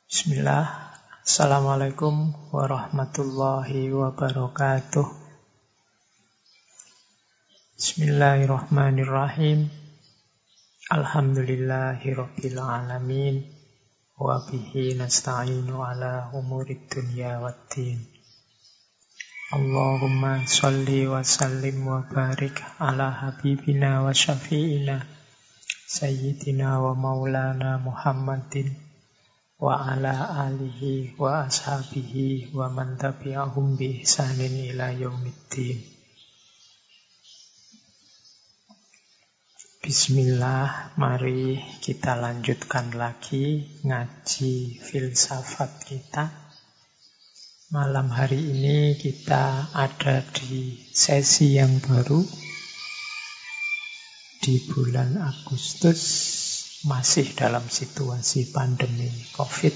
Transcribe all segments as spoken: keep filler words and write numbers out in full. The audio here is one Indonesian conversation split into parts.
Bismillah. Assalamualaikum warahmatullahi wabarakatuh. Bismillahirrahmanirrahim. Alhamdulillahi rabbil alamin. Wa bihi nasta'inu ala umurid dunya waddin. Allahumma sholli wa sallim wa barik ala habibina wa syafi'ina Sayyidina wa maulana Muhammadin wa ala alihi wa ashabihi wa man tabi'ahum bi ihsanin ila yaumiddin. Bismillah, mari kita lanjutkan lagi ngaji filsafat kita. Malam hari ini kita ada di sesi yang baru di bulan Agustus, masih dalam situasi pandemi COVID.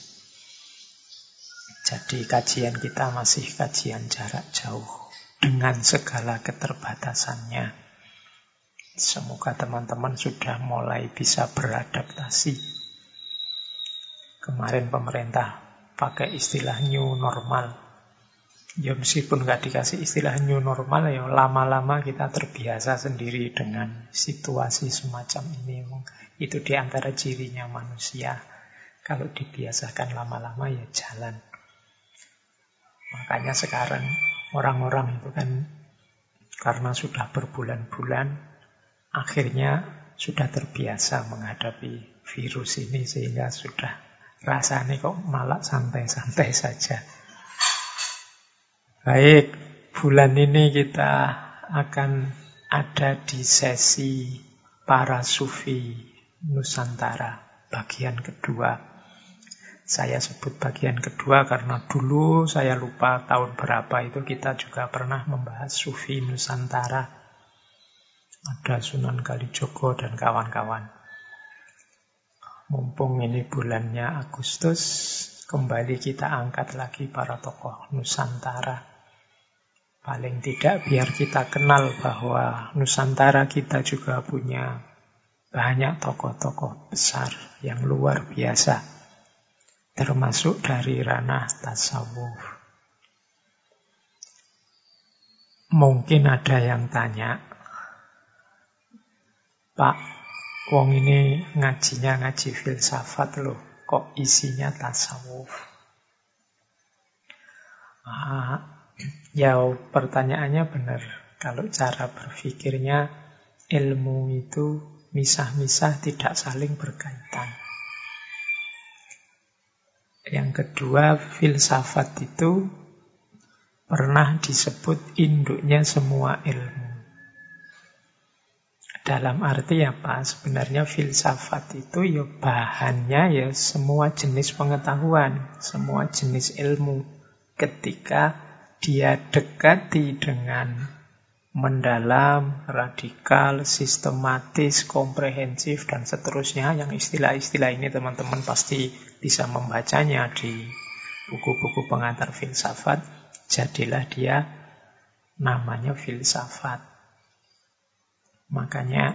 Jadi kajian kita masih kajian jarak jauh dengan segala keterbatasannya. Semoga teman-teman sudah mulai bisa beradaptasi. Kemarin pemerintah pakai istilah new normal. Ya meskipun nggak dikasih istilah new normal, ya lama-lama kita terbiasa sendiri dengan situasi semacam ini. Itu di antara cirinya manusia. Kalau dibiasakan lama-lama ya jalan. Makanya sekarang orang-orang itu kan karena sudah berbulan-bulan, akhirnya sudah terbiasa menghadapi virus ini, sehingga sudah rasanya kok malah santai-santai saja. Baik, bulan ini kita akan ada di sesi para sufi Nusantara, bagian kedua. Saya sebut bagian kedua karena dulu saya lupa tahun berapa itu kita juga pernah membahas sufi Nusantara. Ada Sunan Kalijogo dan kawan-kawan. Mumpung ini bulannya Agustus, kembali kita angkat lagi para tokoh Nusantara. Paling tidak biar kita kenal bahwa Nusantara kita juga punya banyak tokoh-tokoh besar yang luar biasa, termasuk dari ranah tasawuf. Mungkin ada yang tanya, Pak, wong ini ngajinya ngaji filsafat loh, kok isinya tasawuf? Ah, ya pertanyaannya benar. Kalau cara berpikirnya, ilmu itu misah-misah, tidak saling berkaitan. Yang kedua, filsafat itu pernah disebut induknya semua ilmu. Dalam arti apa? Sebenarnya filsafat itu ya bahannya ya semua jenis pengetahuan, semua jenis ilmu. Ketika dia dekati dengan mendalam, radikal, sistematis, komprehensif, dan seterusnya. Yang istilah-istilah ini teman-teman pasti bisa membacanya di buku-buku pengantar filsafat. Jadilah dia namanya filsafat. Makanya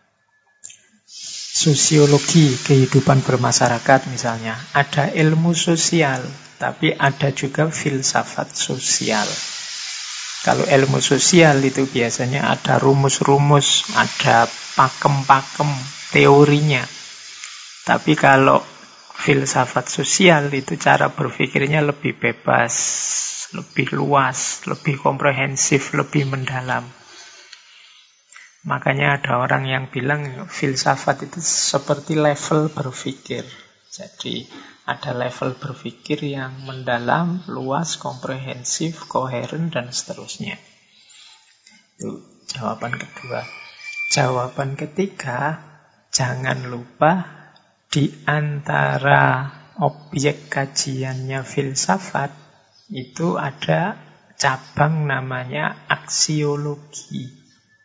sosiologi kehidupan bermasyarakat misalnya, ada ilmu sosial, tapi ada juga filsafat sosial. Kalau ilmu sosial itu biasanya ada rumus-rumus, ada pakem-pakem teorinya. Tapi kalau filsafat sosial itu cara berpikirnya lebih bebas, lebih luas, lebih komprehensif, lebih mendalam. Makanya ada orang yang bilang filsafat itu seperti level berpikir. Jadi ada level berpikir yang mendalam, luas, komprehensif, koheren, dan seterusnya. Itu jawaban kedua. Jawaban ketiga, jangan lupa di antara objek kajiannya filsafat itu ada cabang namanya aksiologi.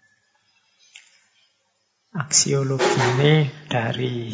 Aksiologi ini dari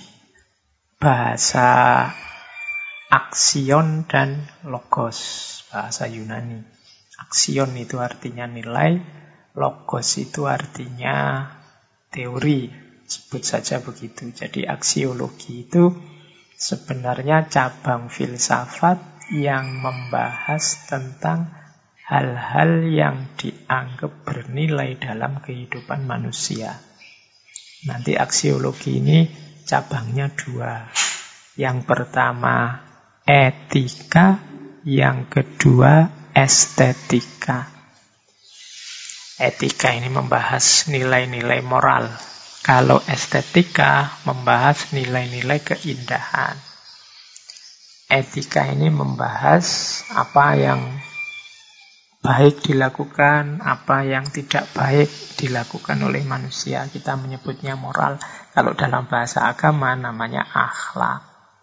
bahasa aksion dan logos, bahasa Yunani. Aksion itu artinya nilai, logos itu artinya teori, sebut saja begitu. Jadi aksiologi itu Sebenarnya cabang filsafat yang membahas tentang hal-hal yang dianggap bernilai dalam kehidupan manusia. Nanti aksiologi ini cabangnya dua. Yang pertama etika, yang kedua estetika. Etika ini membahas nilai-nilai moral. Kalau estetika membahas nilai-nilai keindahan. Etika ini membahas apa yang baik dilakukan, apa yang tidak baik dilakukan oleh manusia. Kita menyebutnya moral. Kalau dalam bahasa agama namanya akhlak.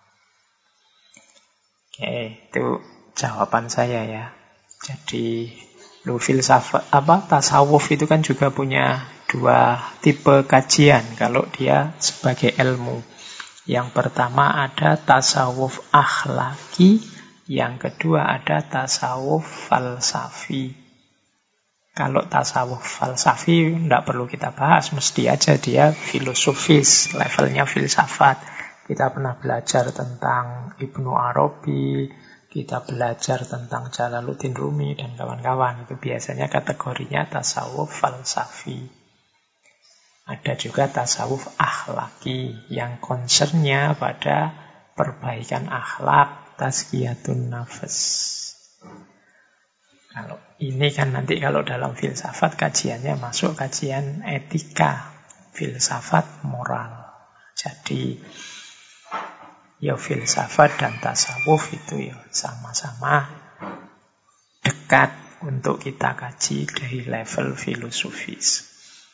Oke, itu jawaban saya ya. Jadi, lu filsafat apa tasawuf itu kan juga punya dua tipe kajian kalau dia sebagai ilmu. Yang pertama ada tasawuf akhlaki, yang kedua ada tasawuf falsafi. Kalau tasawuf falsafi tidak perlu kita bahas, mesti aja dia filosofis, levelnya filsafat. Kita pernah belajar tentang Ibnu Arabi, kita belajar tentang Jalaluddin Rumi dan kawan-kawan. Itu biasanya kategorinya tasawuf falsafi. Ada juga tasawuf akhlaki yang concernnya pada perbaikan akhlak, tazkiyatun nafas. Kalau ini kan nanti kalau dalam filsafat kajiannya masuk kajian etika, filsafat moral. Jadi ya filsafat dan tasawuf itu ya sama-sama dekat untuk kita kaji dari level filosofis.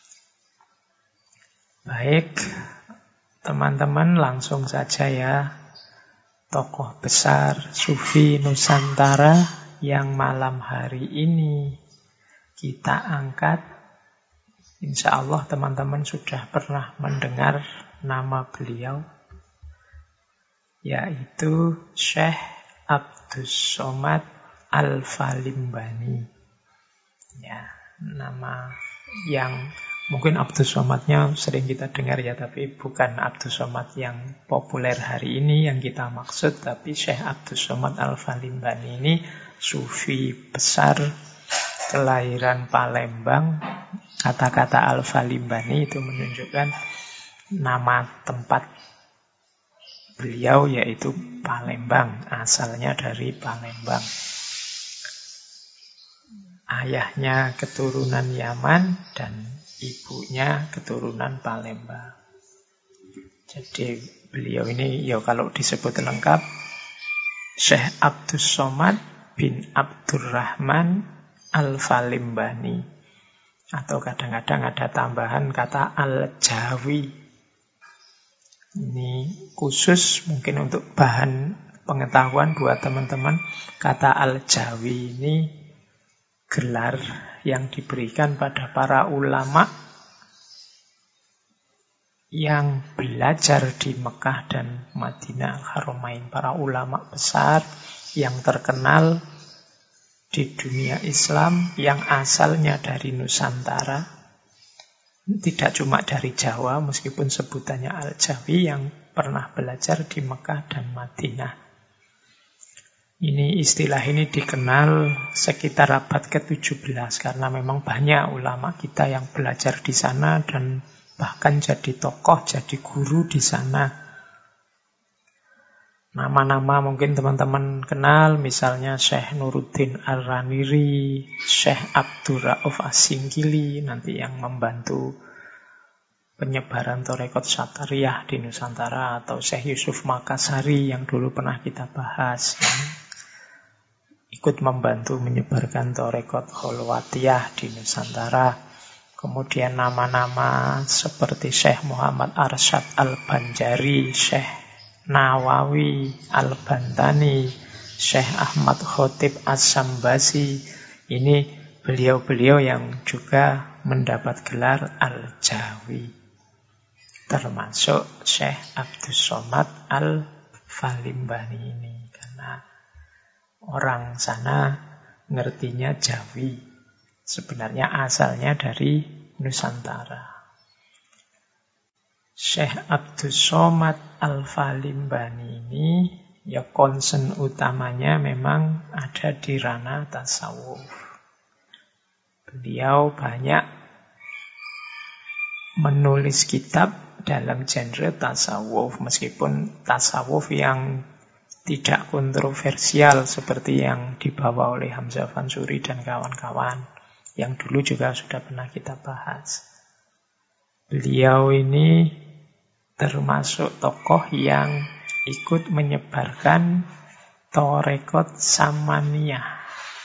Baik, teman-teman langsung saja ya. Tokoh besar Sufi Nusantara yang malam hari ini kita angkat. Insya Allah teman-teman sudah pernah mendengar nama beliau, yaitu Syekh Abdus Somad Al-Falimbani. Ya, nama yang mungkin Abdus Somadnya sering kita dengar ya, tapi bukan Abdus Somad yang populer hari ini yang kita maksud, tapi Syekh Abdus Somad Al-Falimbani ini sufi besar kelahiran Palembang. Kata-kata Al-Falimbani itu menunjukkan nama tempat beliau yaitu Palembang, asalnya dari Palembang. Ayahnya keturunan Yaman dan ibunya keturunan Palembang. Jadi beliau ini ya kalau disebut lengkap Syekh Abdus Somad bin Abdurrahman Al-Falimbani. Atau kadang-kadang ada tambahan kata Al-Jawi. Ini khusus mungkin untuk bahan pengetahuan buat teman-teman. Kata Al-Jawi ini gelar yang diberikan pada para ulama yang belajar di Mekah dan Madinah Al-Haramain. Para ulama besar yang terkenal di dunia Islam yang asalnya dari Nusantara. Tidak cuma dari Jawa, meskipun sebutannya Al-Jawi, yang pernah belajar di Mekah dan Madinah. Ini istilah ini dikenal sekitar abad ke tujuh belas karena memang banyak ulama kita yang belajar di sana dan bahkan jadi tokoh, jadi guru di sana. Nama-nama mungkin teman-teman kenal, misalnya Syekh Nuruddin Ar-Raniri, Syekh Abdurrauf As-Singkili, nanti yang membantu penyebaran Thariqat Satariyah di Nusantara, atau Syekh Yusuf Makassari yang dulu pernah kita bahas, yang ikut membantu menyebarkan Thariqat Kholwatiyah di Nusantara. Kemudian nama-nama seperti Syekh Muhammad Arsyad Al-Banjari, Syekh Nawawi Al-Bantani, Syekh Ahmad Khotib As-Sambasi. Ini beliau-beliau yang juga mendapat gelar Al-Jawi. Termasuk Syekh Abdus Somad Al-Falimbani ini. Karena orang sana ngertinya Jawi. Sebenarnya asalnya dari Nusantara. Syekh Abdus Somad Al-Falimbani ini ya concern utamanya memang ada di ranah tasawuf. Beliau banyak menulis kitab dalam genre tasawuf, meskipun tasawuf yang tidak kontroversial seperti yang dibawa oleh Hamzah Fansuri dan kawan-kawan, yang dulu juga sudah pernah kita bahas. Beliau ini termasuk tokoh yang ikut menyebarkan Tarekat Samaniyah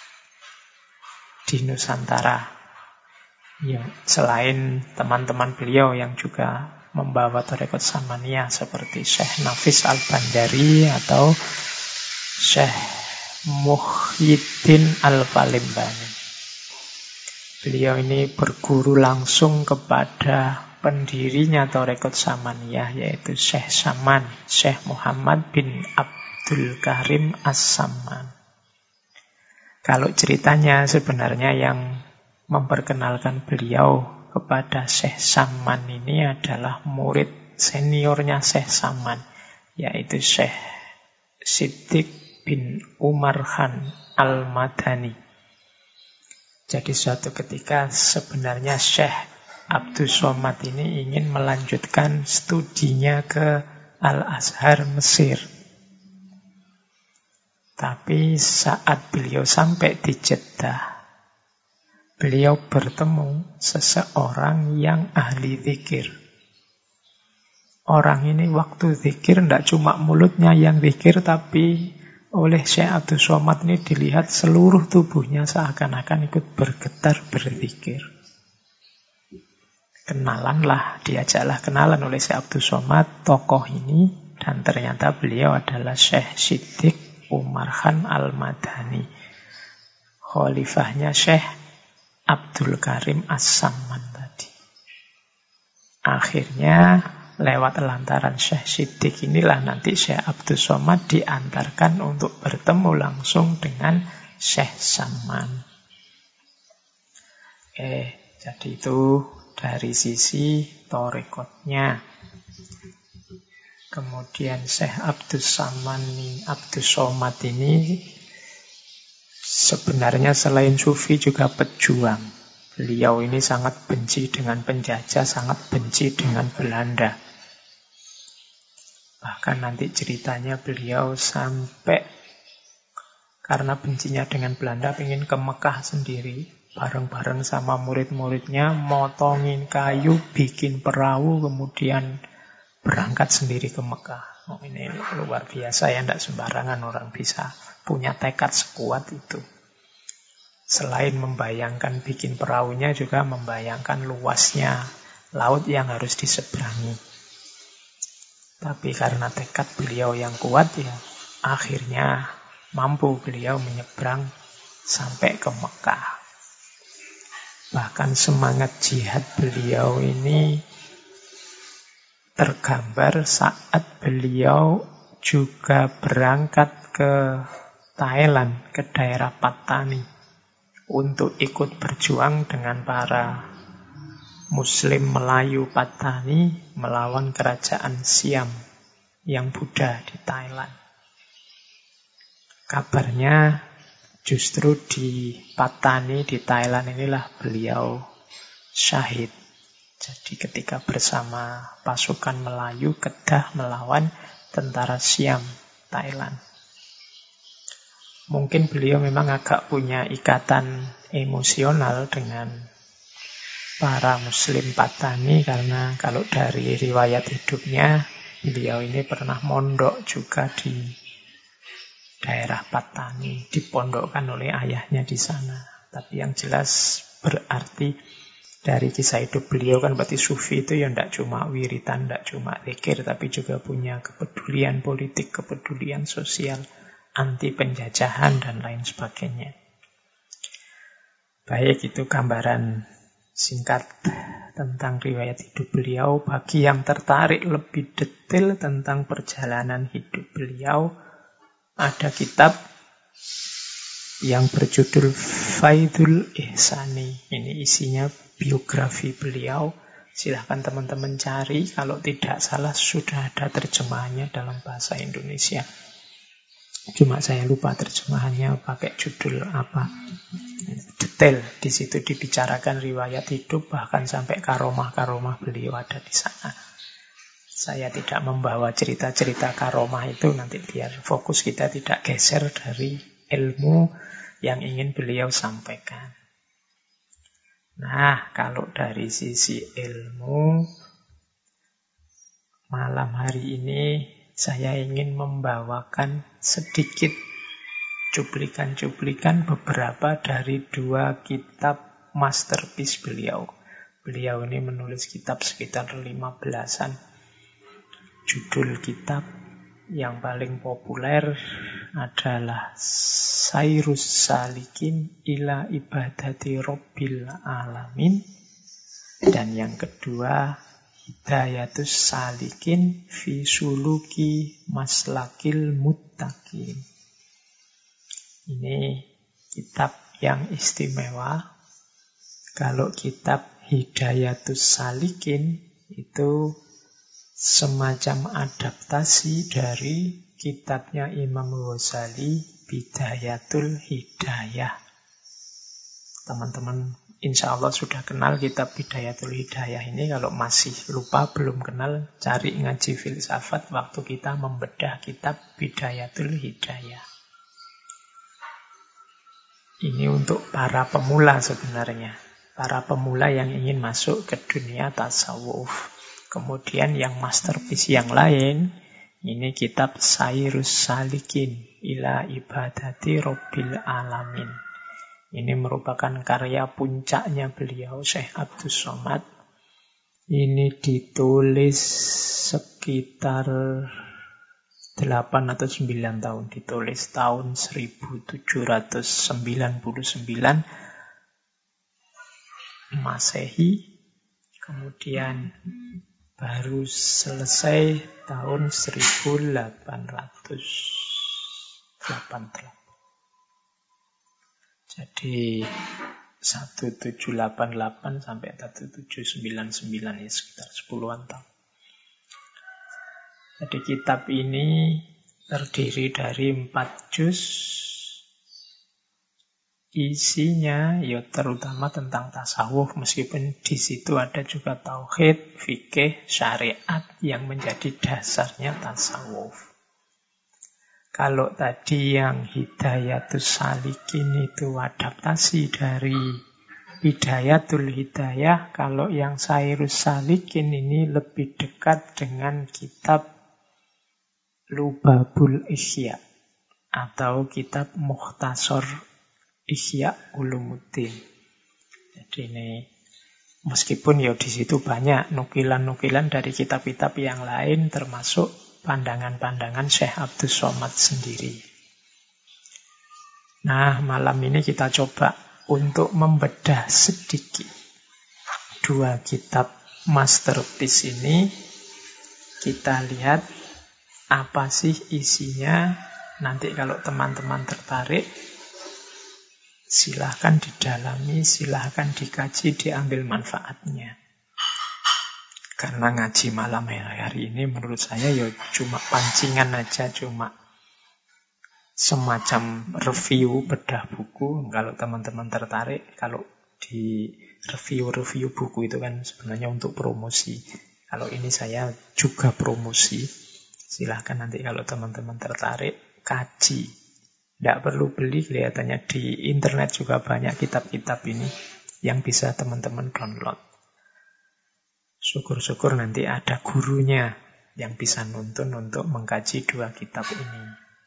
di Nusantara. Ya, selain teman-teman beliau yang juga membawa Tarekat Samaniyah seperti Syekh Nafis Al-Bandari atau Syekh Muhyiddin Al-Falimbani. Beliau ini berguru langsung kepada pendirinya Tarekat Samaniyah, yaitu Syekh Saman, Syekh Muhammad bin Abdul Karim As-Saman. Kalau ceritanya sebenarnya yang memperkenalkan beliau kepada Syekh Saman ini adalah murid seniornya Syekh Saman, yaitu Syekh Siddiq bin Umar Khan Al-Madani. Jadi suatu ketika sebenarnya Syekh Abdus Somad ini ingin melanjutkan studinya ke Al-Azhar Mesir. Tapi saat beliau sampai di Jeddah, beliau bertemu seseorang yang ahli zikir. Orang ini waktu zikir tidak cuma mulutnya yang zikir, tapi oleh Syekh Abdus Somad ini dilihat seluruh tubuhnya seakan-akan ikut bergetar berzikir. Kenalanlah, diajaklah kenalan oleh Syekh Abdus Somad tokoh ini, dan ternyata beliau adalah Syekh Siddiq Umar Khan Al-Madani, khalifahnya Syekh Abdul Karim As-Saman tadi. Akhirnya lewat lantaran Syekh Siddiq inilah nanti Syekh Abdus Somad diantarkan untuk bertemu langsung dengan Syekh Saman. Eh, jadi itu dari sisi tarekatnya. Kemudian Syekh Abdus Saman ini, Abdus Somad ini sebenarnya selain sufi juga pejuang. Beliau ini sangat benci dengan penjajah, sangat benci dengan Belanda. Bahkan nanti ceritanya beliau sampai karena bencinya dengan Belanda ingin ke Mekah sendiri, bareng-bareng sama murid-muridnya, motongin kayu, bikin perahu, kemudian berangkat sendiri ke Mekah. Oh, ini luar biasa ya, tidak sembarangan orang bisa punya tekad sekuat itu. Selain membayangkan bikin perahunya, juga membayangkan luasnya laut yang harus diseberangi. Tapi karena tekad beliau yang kuat ya, akhirnya mampu beliau menyeberang sampai ke Mekah. Bahkan semangat jihad beliau ini tergambar saat beliau juga berangkat ke Thailand, ke daerah Pattani, untuk ikut berjuang dengan para Muslim Melayu Pattani melawan kerajaan Siam yang Buddha di Thailand. Kabarnya justru di Pattani, di Thailand inilah beliau syahid. Jadi ketika bersama pasukan Melayu Kedah melawan tentara Siam Thailand. Mungkin beliau memang agak punya ikatan emosional dengan para Muslim Pattani, karena kalau dari riwayat hidupnya, beliau ini pernah mondok juga di daerah Pattani, dipondokkan oleh ayahnya di sana. Tapi yang jelas berarti dari kisah hidup beliau kan berarti sufi itu ya tidak cuma wiritan, tidak cuma zikir, tapi juga punya kepedulian politik, kepedulian sosial, anti penjajahan dan lain sebagainya. Baik, itu gambaran singkat tentang riwayat hidup beliau. Bagi yang tertarik lebih detail tentang perjalanan hidup beliau, ada kitab yang berjudul Faidul Ihsani. Ini isinya biografi beliau Silahkan teman-teman cari, kalau tidak salah sudah ada terjemahannya dalam bahasa Indonesia. Cuma saya lupa terjemahannya pakai judul apa. Detail di situ dibicarakan riwayat hidup, bahkan sampai karomah-karomah beliau ada di sana. Saya tidak membawa cerita-cerita karomah itu, nanti biar fokus kita tidak geser dari ilmu yang ingin beliau sampaikan. Nah, kalau dari sisi ilmu, malam hari ini saya ingin membawakan sedikit cuplikan-cuplikan beberapa dari dua kitab masterpiece beliau. Beliau ini menulis kitab sekitar lima belasan. Judul kitab yang paling populer adalah Sairus Salikin ila Ibadati Rabbil Alamin. Dan yang kedua, Hidayatus Salikin fi Suluki Maslakil Muttaqin. Ini kitab yang istimewa. Kalau kitab Hidayatus Salikin itu semacam adaptasi dari kitabnya Imam Ghazali, Bidayatul Hidayah. Teman-teman insya Allah sudah kenal kitab Bidayatul Hidayah ini. Kalau masih lupa, belum kenal, cari ngaji filsafat waktu kita membedah kitab Bidayatul Hidayah. Ini untuk para pemula sebenarnya. Para pemula yang ingin masuk ke dunia tasawuf. Kemudian yang masterpiece yang lain, ini kitab Sairus Salikin ila Ibadati Rabbil Alamin. Ini merupakan karya puncaknya beliau, Syekh Abdus Somad. Ini ditulis sekitar delapan atau sembilan tahun. Ditulis tahun seribu tujuh ratus sembilan puluh sembilan Masehi. Kemudian baru selesai tahun seribu delapan ratus delapan puluh delapan. Jadi seribu tujuh ratus delapan puluh delapan sampai seribu tujuh ratus sembilan puluh sembilan, ya sekitar sepuluhan tahun. Jadi kitab ini terdiri dari empat juz. Isinya ya terutama tentang tasawuf, meskipun di situ ada juga tauhid, fikih, syariat yang menjadi dasarnya tasawuf. Kalau tadi yang Hidayatus Salikin itu adaptasi dari Bidayatul Hidayah, kalau yang Sairus Salikin ini lebih dekat dengan kitab Lubabul Ihya atau kitab Mukhtasar Ihya Ulumuddin. Jadi ini meskipun ya di situ banyak nukilan-nukilan dari kitab-kitab yang lain, termasuk pandangan-pandangan Syekh Abdus Somad sendiri. Nah, malam ini kita coba untuk membedah sedikit dua kitab masterpiece ini. Kita lihat apa sih isinya. Nanti kalau teman-teman tertarik, silahkan didalami, silahkan dikaji, diambil manfaatnya. Karena ngaji malam hari ini menurut saya ya cuma pancingan aja, cuma semacam review bedah buku. Kalau teman-teman tertarik, kalau di review-review buku itu kan sebenarnya untuk promosi. Kalau ini saya juga promosi. Silahkan nanti kalau teman-teman tertarik, kaji. Tidak perlu beli, kelihatannya di internet juga banyak kitab-kitab ini yang bisa teman-teman download. Syukur-syukur nanti ada gurunya yang bisa nuntun untuk mengkaji dua kitab ini.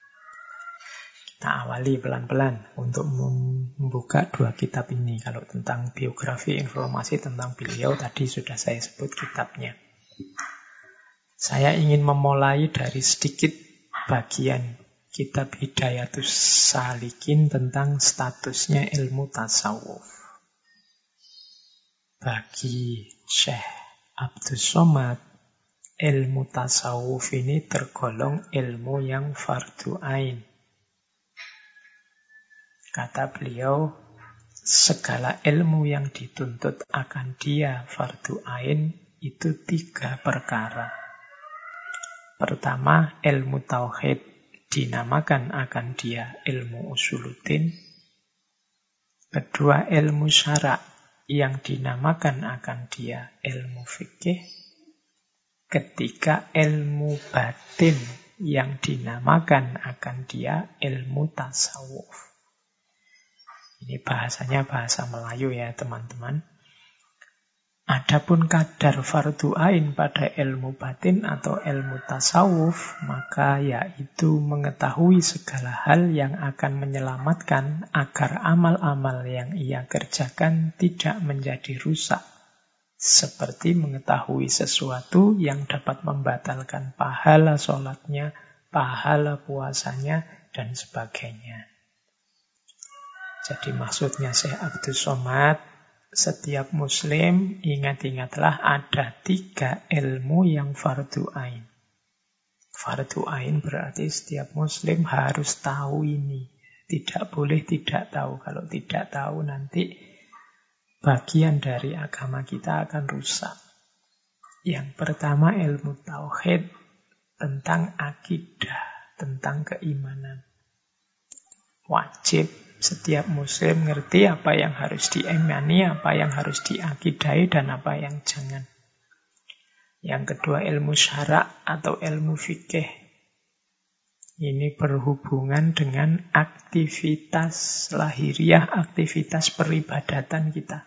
Kita awali pelan-pelan untuk membuka dua kitab ini. Kalau tentang biografi, informasi tentang beliau tadi sudah saya sebut kitabnya. Saya ingin memulai dari sedikit bagian kitab Hidayatus Salikin tentang statusnya ilmu tasawuf. Bagi Syekh Abdus Somad, ilmu tasawuf ini tergolong ilmu yang fardu ain. Kata beliau, segala ilmu yang dituntut akan dia fardu ain itu tiga perkara. Pertama, ilmu tauhid dinamakan akan dia ilmu usuluddin. Kedua, ilmu syara' yang dinamakan akan dia ilmu fikih. Ketiga, ilmu batin yang dinamakan akan dia ilmu tasawuf. Ini bahasanya bahasa Melayu ya teman-teman. Adapun kadar fardu ain pada ilmu batin atau ilmu tasawuf, maka yaitu mengetahui segala hal yang akan menyelamatkan agar amal-amal yang ia kerjakan tidak menjadi rusak. Seperti mengetahui sesuatu yang dapat membatalkan pahala sholatnya, pahala puasanya, dan sebagainya. Jadi maksudnya Syekh Abdus Somad, setiap muslim ingat-ingatlah ada tiga ilmu yang fardu ain. Fardu ain berarti setiap muslim harus tahu ini. Tidak boleh tidak tahu. Kalau tidak tahu nanti bagian dari agama kita akan rusak. Yang pertama ilmu tauhid tentang akidah, tentang keimanan. Wajib setiap muslim ngerti apa yang harus diimani, apa yang harus diakidai, dan apa yang jangan. Yang kedua ilmu syara' atau ilmu fikih. Ini berhubungan dengan aktivitas lahiriah, aktivitas peribadatan kita.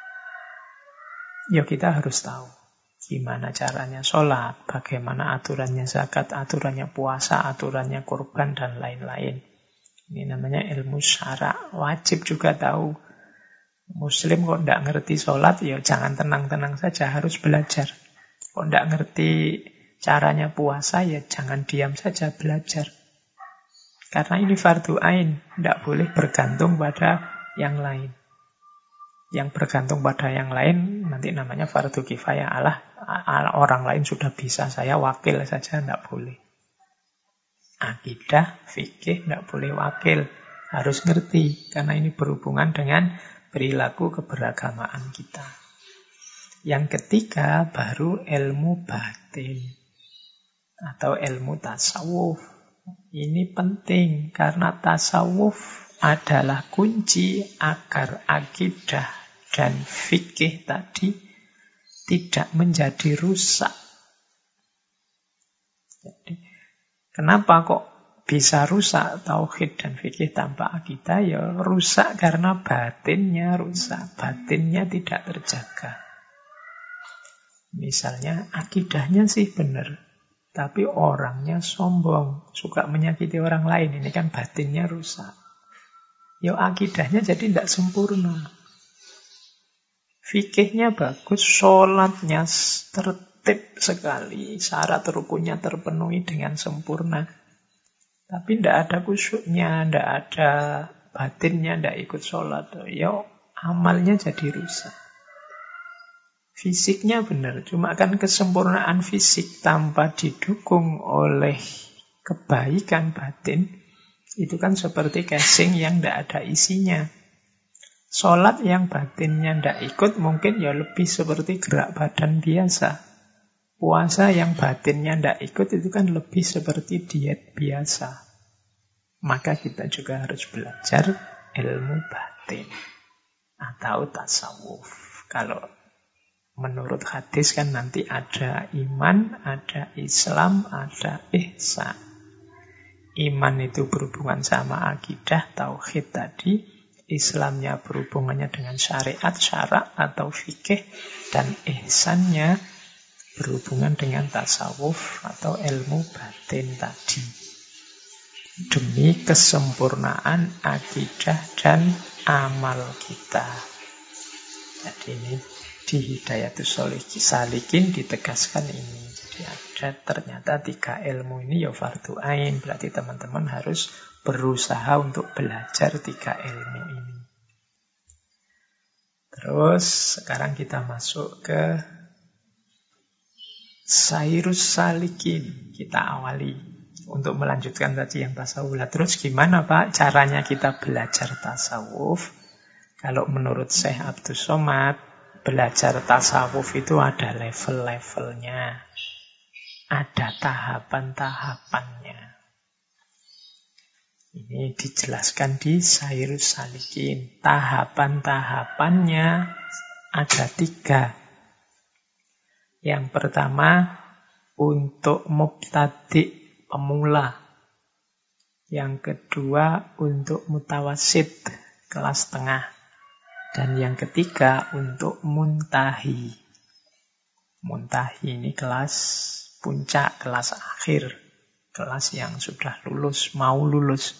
Ya kita harus tahu gimana caranya sholat, bagaimana aturannya zakat, aturannya puasa, aturannya kurban, dan lain-lain. Ini namanya ilmu syara'. Wajib juga tahu. Muslim kok tidak ngerti sholat, ya jangan tenang-tenang saja, harus belajar. Kok tidak ngerti caranya puasa, ya jangan diam saja, belajar. Karena ini fardu ain, tidak boleh bergantung pada yang lain. Yang bergantung pada yang lain, nanti namanya fardu kifayah. Alah, orang lain sudah bisa, saya wakil saja, tidak boleh. Akidah, fikih, tidak boleh wakil. Harus ngerti, karena ini berhubungan dengan perilaku keberagamaan kita. Yang ketiga, baru ilmu batin. Atau ilmu tasawuf. Ini penting, karena tasawuf adalah kunci agar akidah dan fikih tadi tidak menjadi rusak. Jadi, kenapa kok bisa rusak tauhid dan fikih tanpa akidah? Ya rusak karena batinnya rusak. Batinnya tidak terjaga. Misalnya akidahnya sih benar, tapi orangnya sombong, suka menyakiti orang lain. Ini kan batinnya rusak. Ya akidahnya jadi tidak sempurna. Fikihnya bagus, sholatnya tertentu, tip sekali, syarat rukunnya terpenuhi dengan sempurna. Tapi tidak ada khusyuknya, tidak ada batinnya, tidak ikut sholat. Ya, amalnya jadi rusak. Fisiknya benar, cuma kan kesempurnaan fisik tanpa didukung oleh kebaikan batin, itu kan seperti casing yang tidak ada isinya. Sholat yang batinnya tidak ikut mungkin ya lebih seperti gerak badan biasa. Puasa yang batinnya tidak ikut itu kan lebih seperti diet biasa. Maka kita juga harus belajar ilmu batin atau tasawuf. Kalau menurut hadis kan nanti ada iman, ada Islam, ada ihsan. Iman itu berhubungan sama akidah, tauhid tadi. Islamnya berhubungannya dengan syariat, syara' atau fikih. Dan ihsannya berhubungan dengan tasawuf atau ilmu batin tadi. Demi kesempurnaan akidah dan amal kita. Jadi ini di Hidayatus Salikin ditegaskan ini. Jadi ada ternyata tiga ilmu ini ya fardu ain. Berarti teman-teman harus berusaha untuk belajar tiga ilmu ini. Terus sekarang kita masuk ke Sairus Salikin, kita awali untuk melanjutkan tadi yang tasawuf. Terus gimana Pak caranya kita belajar tasawuf? Kalau menurut Syekh Abdus Somad, belajar tasawuf itu ada level-levelnya. Ada tahapan-tahapannya. Ini dijelaskan di Sairus Salikin. Tahapan-tahapannya ada tiga. Yang pertama, untuk mubtadi' pemula. Yang kedua, untuk mutawasid, kelas tengah. Dan yang ketiga, untuk muntahi. Muntahi ini kelas puncak, kelas akhir. Kelas yang sudah lulus, mau lulus.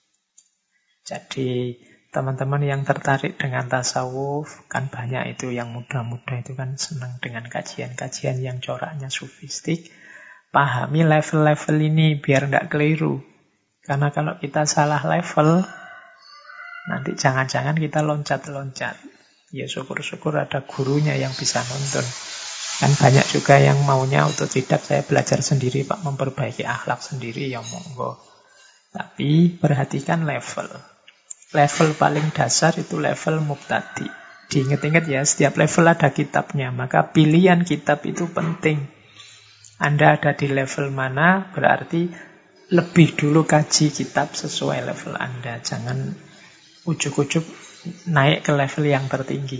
Jadi teman-teman yang tertarik dengan tasawuf, kan banyak itu yang muda-muda itu kan senang dengan kajian-kajian yang coraknya sufistik. Pahami level-level ini biar nggak keliru. Karena kalau kita salah level, nanti jangan-jangan kita loncat-loncat. Ya syukur-syukur ada gurunya yang bisa nonton. Kan banyak juga yang maunya autodidak, saya belajar sendiri Pak, memperbaiki akhlak sendiri, ya monggo. Tapi perhatikan level. Level paling dasar itu level mubtadi. Diingat-ingat ya, setiap level ada kitabnya, maka pilihan kitab itu penting. Anda ada di level mana, berarti lebih dulu kaji kitab sesuai level Anda. Jangan ujuk-ujuk naik ke level yang tertinggi.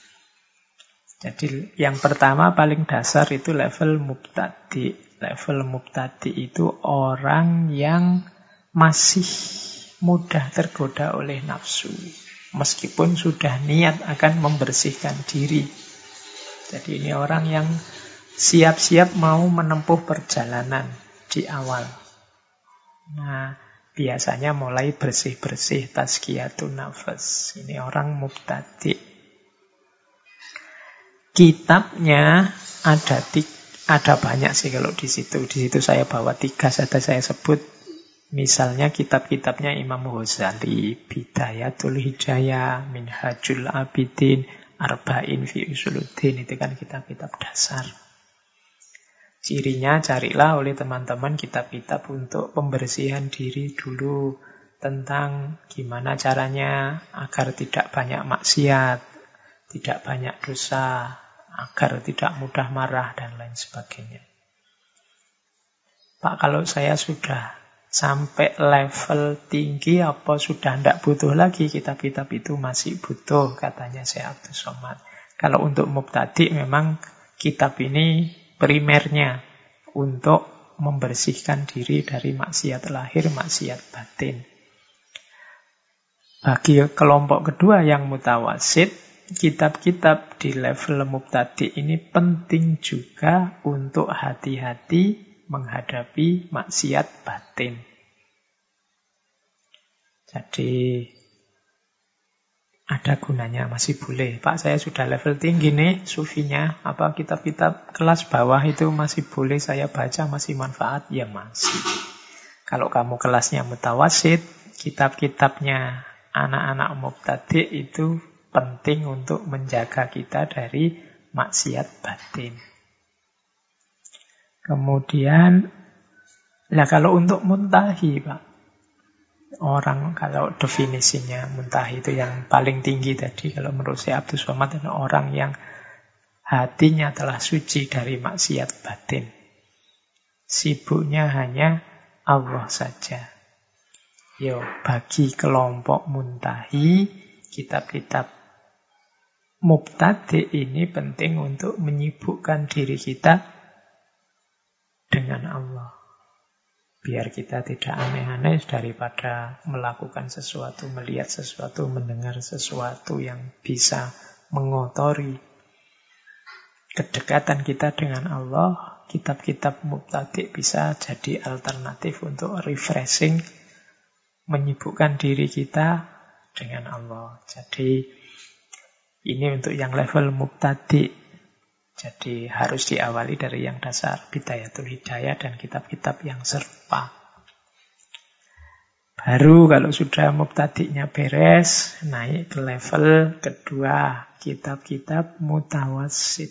Jadi yang pertama paling dasar itu level mubtadi. Level mubtadi itu orang yang masih mudah tergoda oleh nafsu. Meskipun sudah niat akan membersihkan diri. Jadi ini orang yang siap-siap mau menempuh perjalanan di awal. Nah, biasanya mulai bersih-bersih, tazkiyatun nafas. Ini orang mubtadi. Kitabnya ada tiga, ada banyak sih kalau di situ. Di situ saya bawa tiga saja saya sebut. Misalnya kitab-kitabnya Imam Ghazali, Bidayatul Hidayah, Minhajul Abidin, Arba'in fi Usuluddin, itu kan kitab-kitab dasar. Cirinya carilah oleh teman-teman kitab-kitab untuk pembersihan diri dulu, tentang gimana caranya agar tidak banyak maksiat, tidak banyak dosa, agar tidak mudah marah dan lain sebagainya. Pak, kalau saya sudah sampai level tinggi, apa sudah tidak butuh lagi kitab-kitab itu? Masih butuh, katanya Syekh Abdus Somad. Kalau untuk mubtadi memang kitab ini primernya untuk membersihkan diri dari maksiat lahir, maksiat batin. Bagi kelompok kedua yang mutawasid, kitab-kitab di level mubtadi ini penting juga untuk hati-hati menghadapi maksiat batin. Jadi ada gunanya, masih boleh. Pak, saya sudah level tinggi nih sufinya, apa kitab-kitab kelas bawah itu masih boleh saya baca, masih manfaat? Ya masih. Kalau kamu kelasnya mutawasid, kitab-kitabnya anak-anak mubtadi itu penting untuk menjaga kita dari maksiat batin. Kemudian, lah kalau untuk muntahi, Pak, orang kalau definisinya muntahi itu yang paling tinggi tadi, kalau menurut Syekh Abdus Somad itu orang yang hatinya telah suci dari maksiat batin. Sibuknya hanya Allah saja. Yo, bagi kelompok muntahi, kitab-kitab mubtadi ini penting untuk menyibukkan diri kita dengan Allah. Biar kita tidak aneh-aneh daripada melakukan sesuatu, melihat sesuatu, mendengar sesuatu yang bisa mengotori kedekatan kita dengan Allah. Kitab-kitab mubtadi bisa jadi alternatif untuk refreshing, menyibukkan diri kita dengan Allah. Jadi ini untuk yang level mubtadi. Jadi harus diawali dari yang dasar, Bidayatul Hidayah dan kitab-kitab yang serupa. Baru kalau sudah mubtadi'nya beres, naik ke level kedua, kitab-kitab mutawasid.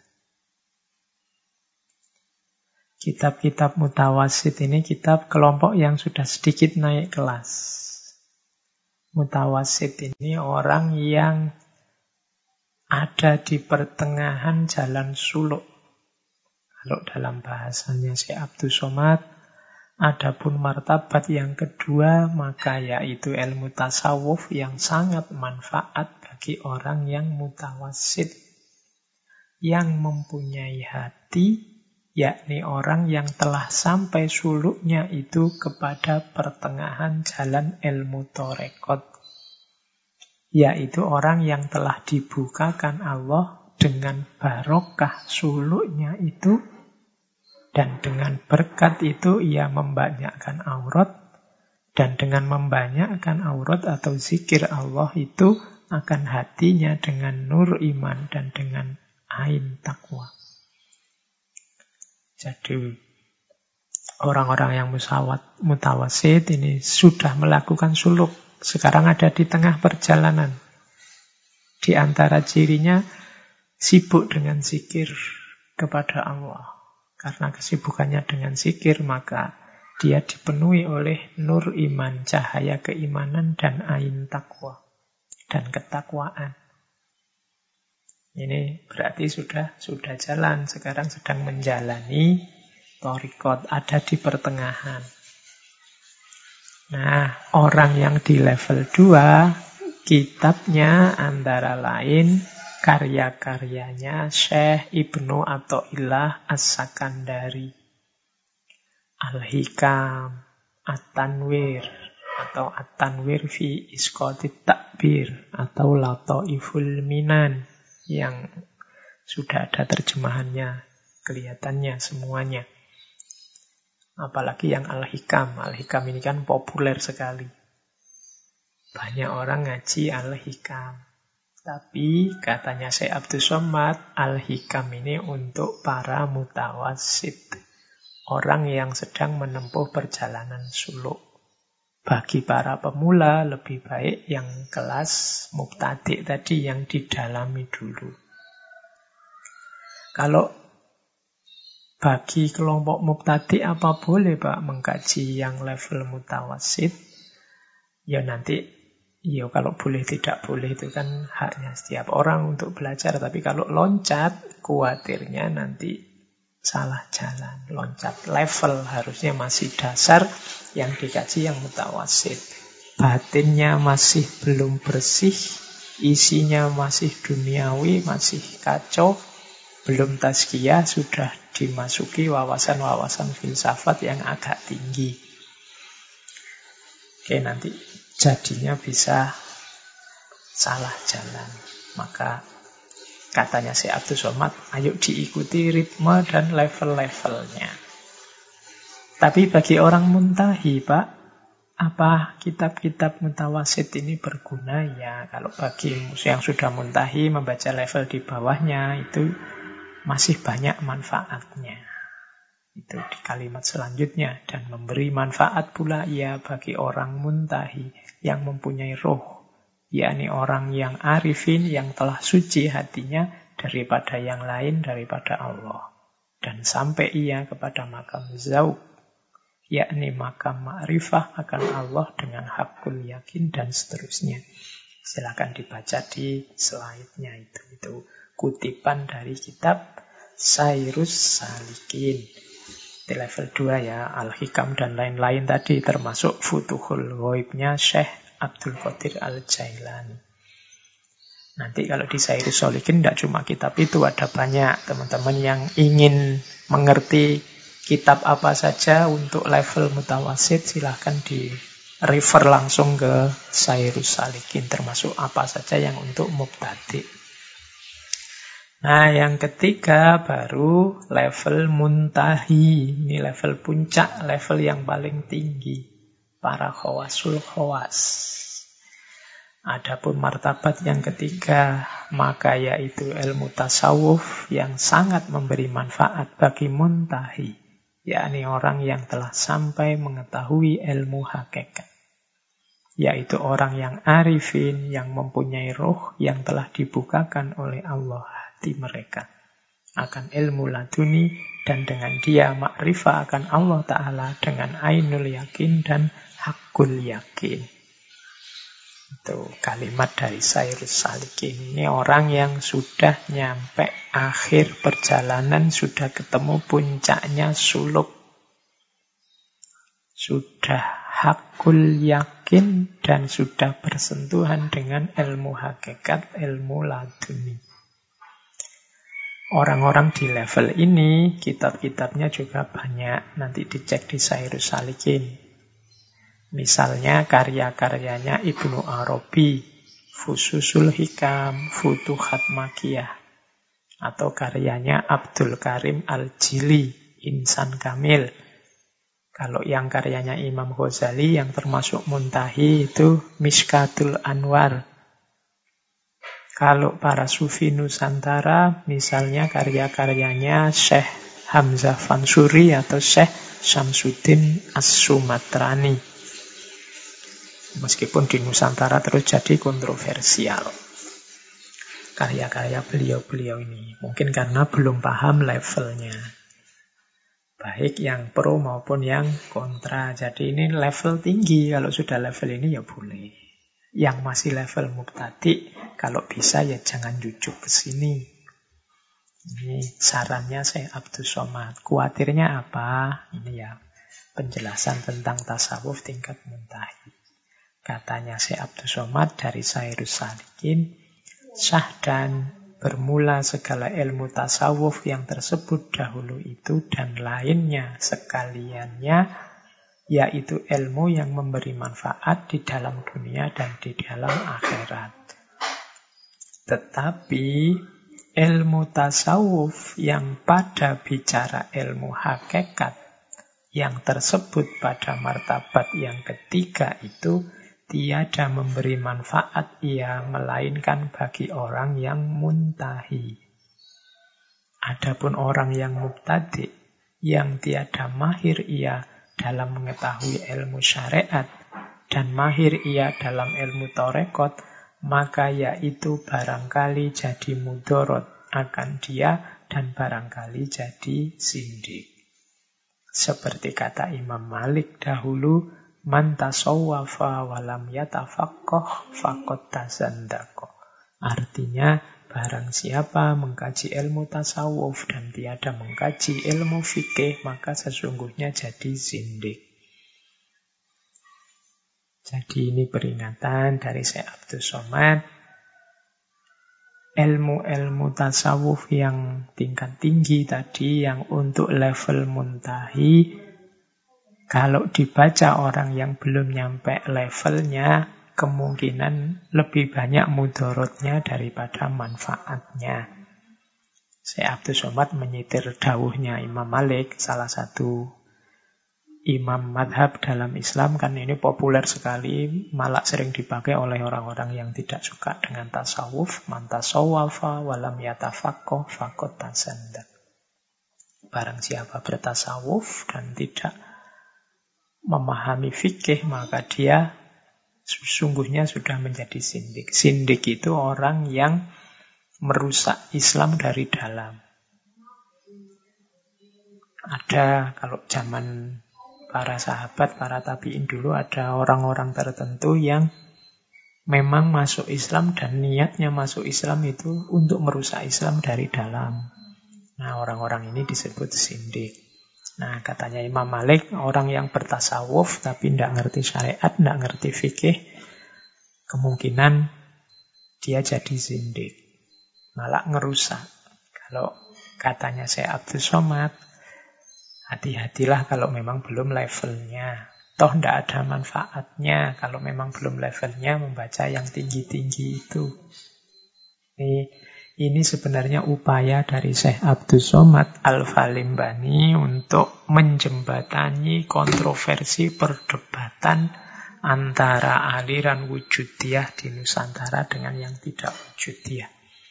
Kitab-kitab mutawasid ini kitab kelompok yang sudah sedikit naik kelas. Mutawasit ini orang yang ada di pertengahan jalan suluk. Kalau dalam bahasanya Syekh Abdul Somad, adapun martabat yang kedua, maka yaitu ilmu tasawuf yang sangat manfaat bagi orang yang mutawasit, yang mempunyai hati, yakni orang yang telah sampai suluknya itu kepada pertengahan jalan ilmu torekot, yaitu orang yang telah dibukakan Allah dengan barokah suluknya itu, dan dengan berkat itu ia membanyakkan aurat, dan dengan membanyakkan aurat atau zikir Allah itu akan hatinya dengan nur iman dan dengan ain takwa. Jadi orang-orang yang musawat, mutawasit ini sudah melakukan suluk, sekarang ada di tengah perjalanan. Di antara cirinya sibuk dengan zikir kepada Allah. Karena kesibukannya dengan zikir, maka dia dipenuhi oleh nur iman, cahaya keimanan, dan ain takwa, dan ketakwaan. Ini berarti sudah sudah jalan, sekarang sedang menjalani thariqat, ada di pertengahan. Nah, orang yang di level dua, kitabnya antara lain karya-karyanya Syekh Ibnu Athaillah As-Sakandari, Al-Hikam, At-Tanwir, atau At-Tanwir fi Isqatit Takbir, atau Lataiful Minan, yang sudah ada terjemahannya, kelihatannya semuanya. Apalagi yang Al-Hikam. Al-Hikam ini kan populer sekali. Banyak orang ngaji Al-Hikam. Tapi katanya Syekh Abdul Somad, Al-Hikam ini untuk para mutawasit, orang yang sedang menempuh perjalanan suluk. Bagi para pemula lebih baik yang kelas mubtadi' tadi, yang didalami dulu. Kalau bagi kelompok mubtadi' apa boleh Pak mengkaji yang level mutawasit? Ya nanti, ya kalau boleh tidak boleh itu kan haknya setiap orang untuk belajar. Tapi kalau loncat, khawatirnya nanti salah jalan. Loncat level, harusnya masih dasar, yang dikaji yang mutawasit. Batinnya masih belum bersih, isinya masih duniawi, masih kacau, belum tazkiyah, sudah dimasuki wawasan-wawasan filsafat yang agak tinggi. Oke, nanti jadinya bisa salah jalan. Maka katanya Syekh Abdul Somad, ayo diikuti ritme dan level-levelnya. Tapi bagi orang muntahi, Pak, apa kitab-kitab mutawasit ini berguna? Ya, kalau bagi yang sudah muntahi, membaca level di bawahnya itu masih banyak manfaatnya. Itu di kalimat selanjutnya. Dan memberi manfaat pula ya bagi orang muntahi yang mempunyai roh, yakni orang yang arifin, yang telah suci hatinya daripada yang lain, daripada Allah. Dan sampai ia kepada makam zauq, yakni makam ma'rifah akan Allah dengan hakul yakin, dan seterusnya. Silakan dibaca di slide-nya itu. Itu kutipan dari kitab Sairus Salikin. Di level dua ya, Al-Hikam dan lain-lain tadi, termasuk Futuhul Ghaibnya Syekh Abdul Qadir Al-Jailani. Nanti kalau di Sairus Salikin tidak cuma kitab itu, ada banyak teman-teman yang ingin mengerti kitab apa saja untuk level mutawasit, silahkan di refer langsung ke Sairus Salikin, termasuk apa saja yang untuk mubtadi'. Nah, yang ketiga baru level muntahi. Ini level puncak, level yang paling tinggi. Para khawasul khawas. Adapun martabat yang ketiga, maka yaitu ilmu tasawuf yang sangat memberi manfaat bagi muntahi, yakni orang yang telah sampai mengetahui ilmu hakikat, yaitu orang yang arifin, yang mempunyai roh yang telah dibukakan oleh Allah hati mereka akan ilmu laduni, dan dengan dia makrifah akan Allah Ta'ala dengan ainul yakin dan hakul yakin. Itu kalimat dari Sairus Salikin. Ini orang yang sudah nyampe akhir perjalanan, sudah ketemu puncaknya suluk. Sudah hakul yakin dan sudah bersentuhan dengan ilmu hakikat, ilmu laduni. Orang-orang di level ini, kitab-kitabnya juga banyak. Nanti dicek di Sairus Salikin. Misalnya karya-karyanya Ibnu Arabi, Fususul Hikam, Futuhat Makiyah. Atau karyanya Abdul Karim Al-Jili, Insan Kamil. Kalau yang karyanya Imam Ghazali yang termasuk Muntahi itu Mishkatul Anwar. Kalau para sufi Nusantara, misalnya karya-karyanya Syekh Hamzah Fansuri atau Syekh Syamsuddin As-Sumatrani. Meskipun di Nusantara terus jadi kontroversial. Karya-karya beliau-beliau ini. Mungkin karena belum paham levelnya. Baik yang pro maupun yang kontra. Jadi ini level tinggi. Kalau sudah level ini ya boleh. Yang masih level mubtadi, kalau bisa ya jangan jujuk ke sini. Ini sarannya saya Abdus Somad. Kuatirnya apa? Ini ya penjelasan tentang tasawuf tingkat muntahi. Katanya saya Abdus Somad dari Sairus Salikin, sah dan bermula segala ilmu tasawuf yang tersebut dahulu itu dan lainnya sekaliannya, yaitu ilmu yang memberi manfaat di dalam dunia dan di dalam akhirat. Tetapi ilmu tasawuf yang pada bicara ilmu hakikat yang tersebut pada martabat yang ketiga itu tiada memberi manfaat ia melainkan bagi orang yang muntahi. Adapun orang yang mubtadi yang tiada mahir ia dalam mengetahui ilmu syariat dan mahir ia dalam ilmu torekot, maka yaitu barangkali jadi mudorot akan dia dan barangkali jadi sindik. Seperti kata Imam Malik dahulu, man tasawwafa walam yatafaqqah faqad tazandaqa. Artinya, barang siapa mengkaji ilmu tasawuf dan tiada mengkaji ilmu fikih, maka sesungguhnya jadi zindik. Jadi ini peringatan dari Syekh Abdus Somad. Ilmu-ilmu tasawuf yang tingkat tinggi tadi, yang untuk level muntahi, kalau dibaca orang yang belum nyampe levelnya, kemungkinan lebih banyak mudorotnya daripada manfaatnya. Syekh Abdus Somad menyitir dawuhnya Imam Malik, salah satu imam madhab dalam Islam, kan ini populer sekali, malah sering dipakai oleh orang-orang yang tidak suka dengan tasawuf. Man tasawwafa walam yatafaqqah faqad tazandaq. Barang siapa bertasawuf dan tidak memahami fikih, maka dia sesungguhnya sudah menjadi sindik. Sindik itu orang yang merusak Islam dari dalam. Ada, kalau zaman para sahabat, para tabi'in dulu, ada orang-orang tertentu yang memang masuk Islam dan niatnya masuk Islam itu untuk merusak Islam dari dalam. Nah, orang-orang ini disebut sindik. Nah, katanya Imam Malik, orang yang bertasawuf tapi tidak ngerti syariat, tidak ngerti fikih, kemungkinan dia jadi sindik. Malah ngerusak. Kalau katanya saya Abdus Somad, hati-hatilah kalau memang belum levelnya. Toh tidak ada manfaatnya kalau memang belum levelnya membaca yang tinggi-tinggi itu. Ini, ini sebenarnya upaya dari Syekh Abdus Somad Al-Falimbani untuk menjembatani kontroversi perdebatan antara aliran wujudiyah di Nusantara dengan yang tidak wujudiyah.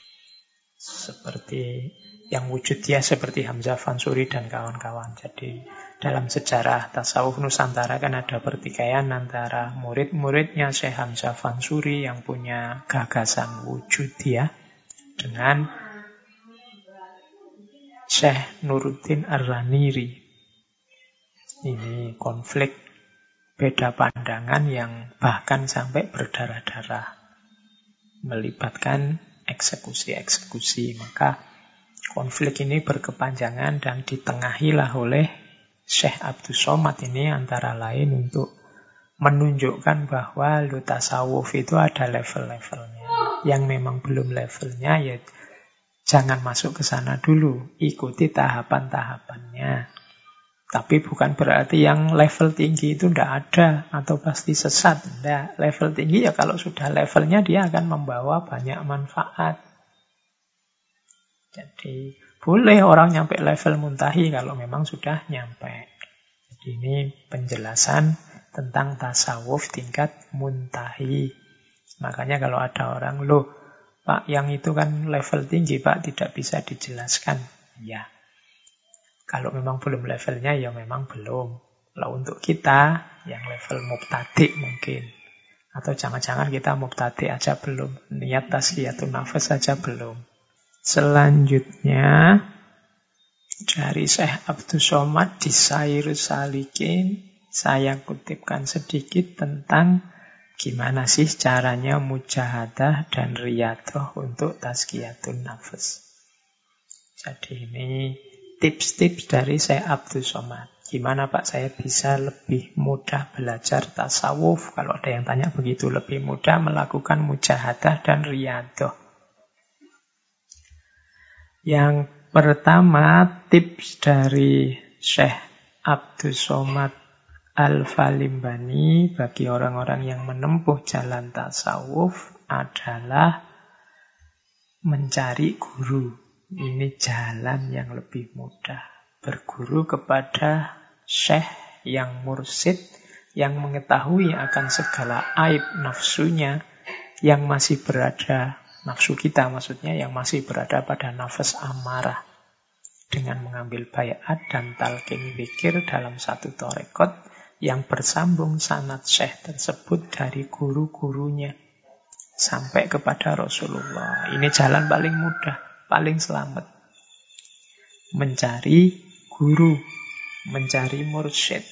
Seperti yang wujudiyah seperti Hamzah Fansuri dan kawan-kawan. Jadi dalam sejarah tasawuf Nusantara kan ada pertikaian antara murid-muridnya Syekh Hamzah Fansuri yang punya gagasan wujudiyah dengan Syekh Nuruddin Ar-Raniri. Ini konflik beda pandangan yang bahkan sampai berdarah-darah, melibatkan eksekusi-eksekusi. Maka konflik ini berkepanjangan dan ditengahilah oleh Syekh Abdus Somad ini antara lain untuk menunjukkan bahwa lu tasawuf itu ada level-levelnya. Yang memang belum levelnya ya jangan masuk ke sana dulu, ikuti tahapan-tahapannya. Tapi bukan berarti yang level tinggi itu tidak ada atau pasti sesat. Tidak. Level tinggi ya kalau sudah levelnya dia akan membawa banyak manfaat. Jadi boleh orang nyampe level muntahi kalau memang sudah nyampe. Jadi ini penjelasan tentang tasawuf tingkat muntahi. Makanya kalau ada orang, loh Pak yang itu kan level tinggi Pak, tidak bisa dijelaskan. Ya. Kalau memang belum levelnya, ya memang belum. Kalau untuk kita, yang level mubtadi mungkin. Atau jangan-jangan kita mubtadi aja belum. Niat tazkiyatun nafas saja belum. Selanjutnya, dari Syekh Abdus Somad di Sairus Salikin, saya kutipkan sedikit tentang gimana sih caranya mujahadah dan riyadhah untuk tazkiyatun nafas. Jadi ini tips-tips dari Syekh Abdus Somad. Gimana Pak saya bisa lebih mudah belajar tasawuf? Kalau ada yang tanya begitu, lebih mudah melakukan mujahadah dan riyadhah. Yang pertama, tips dari Syekh Abdus Somad Al-Falimbani bagi orang-orang yang menempuh jalan tasawuf adalah mencari guru. Ini jalan yang lebih mudah. Berguru kepada syekh yang mursyid, yang mengetahui akan segala aib nafsunya, yang masih berada, nafsu kita maksudnya, yang masih berada pada nafas amarah. Dengan mengambil baiat dan talqin zikir dalam satu tarekot yang bersambung sanad syekh tersebut dari guru-gurunya sampai kepada Rasulullah. Ini jalan paling mudah, paling selamat. Mencari guru, mencari mursyid.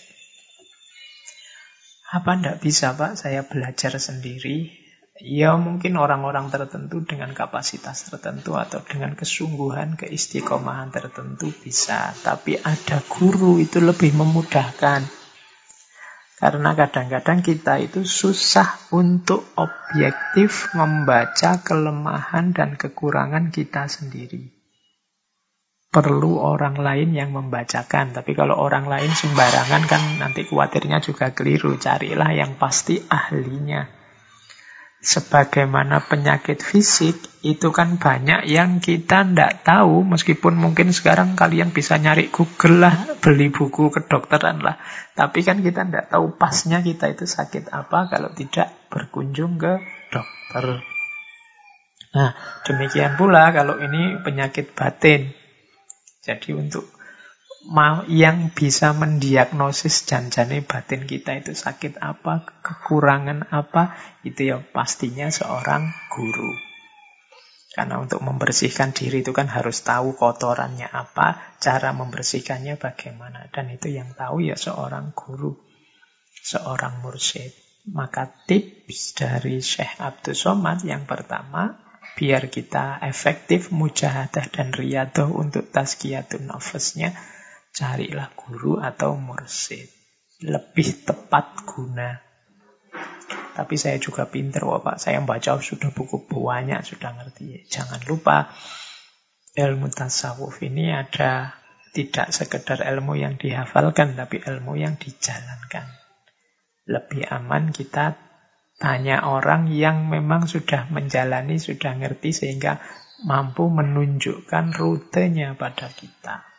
Apa ndak bisa Pak saya belajar sendiri? Ya mungkin orang-orang tertentu dengan kapasitas tertentu atau dengan kesungguhan, keistiqomahan tertentu bisa. Tapi ada guru itu lebih memudahkan. Karena kadang-kadang kita itu susah untuk objektif membaca kelemahan dan kekurangan kita sendiri. Perlu orang lain yang membacakan. Tapi kalau orang lain sembarangan kan nanti khawatirnya juga keliru. Carilah yang pasti ahlinya. Sebagaimana penyakit fisik, itu kan banyak yang kita tidak tahu. Meskipun mungkin sekarang kalian bisa nyari Google lah, beli buku kedokteran lah. Tapi kan kita tidak tahu pasnya kita itu sakit apa kalau tidak berkunjung ke dokter. Nah, demikian pula kalau ini penyakit batin. Jadi untuk yang bisa mendiagnosis janjane batin kita itu sakit apa, kekurangan apa, itu ya pastinya seorang guru. Karena untuk membersihkan diri itu kan harus tahu kotorannya apa, cara membersihkannya bagaimana. Dan itu yang tahu ya seorang guru, seorang mursyid. Maka tips dari Syekh Abdus Somad yang pertama, biar kita efektif mujahadah dan riyadhah untuk tazkiyatun nafasnya, carilah guru atau mursyid. Lebih tepat guna. Tapi saya juga pinter, wah Pak, saya baca sudah buku banyak, sudah ngerti. Jangan lupa, ilmu tasawuf ini ada tidak sekedar ilmu yang dihafalkan, tapi ilmu yang dijalankan. Lebih aman kita tanya orang yang memang sudah menjalani, sudah ngerti, sehingga mampu menunjukkan rutenya pada kita.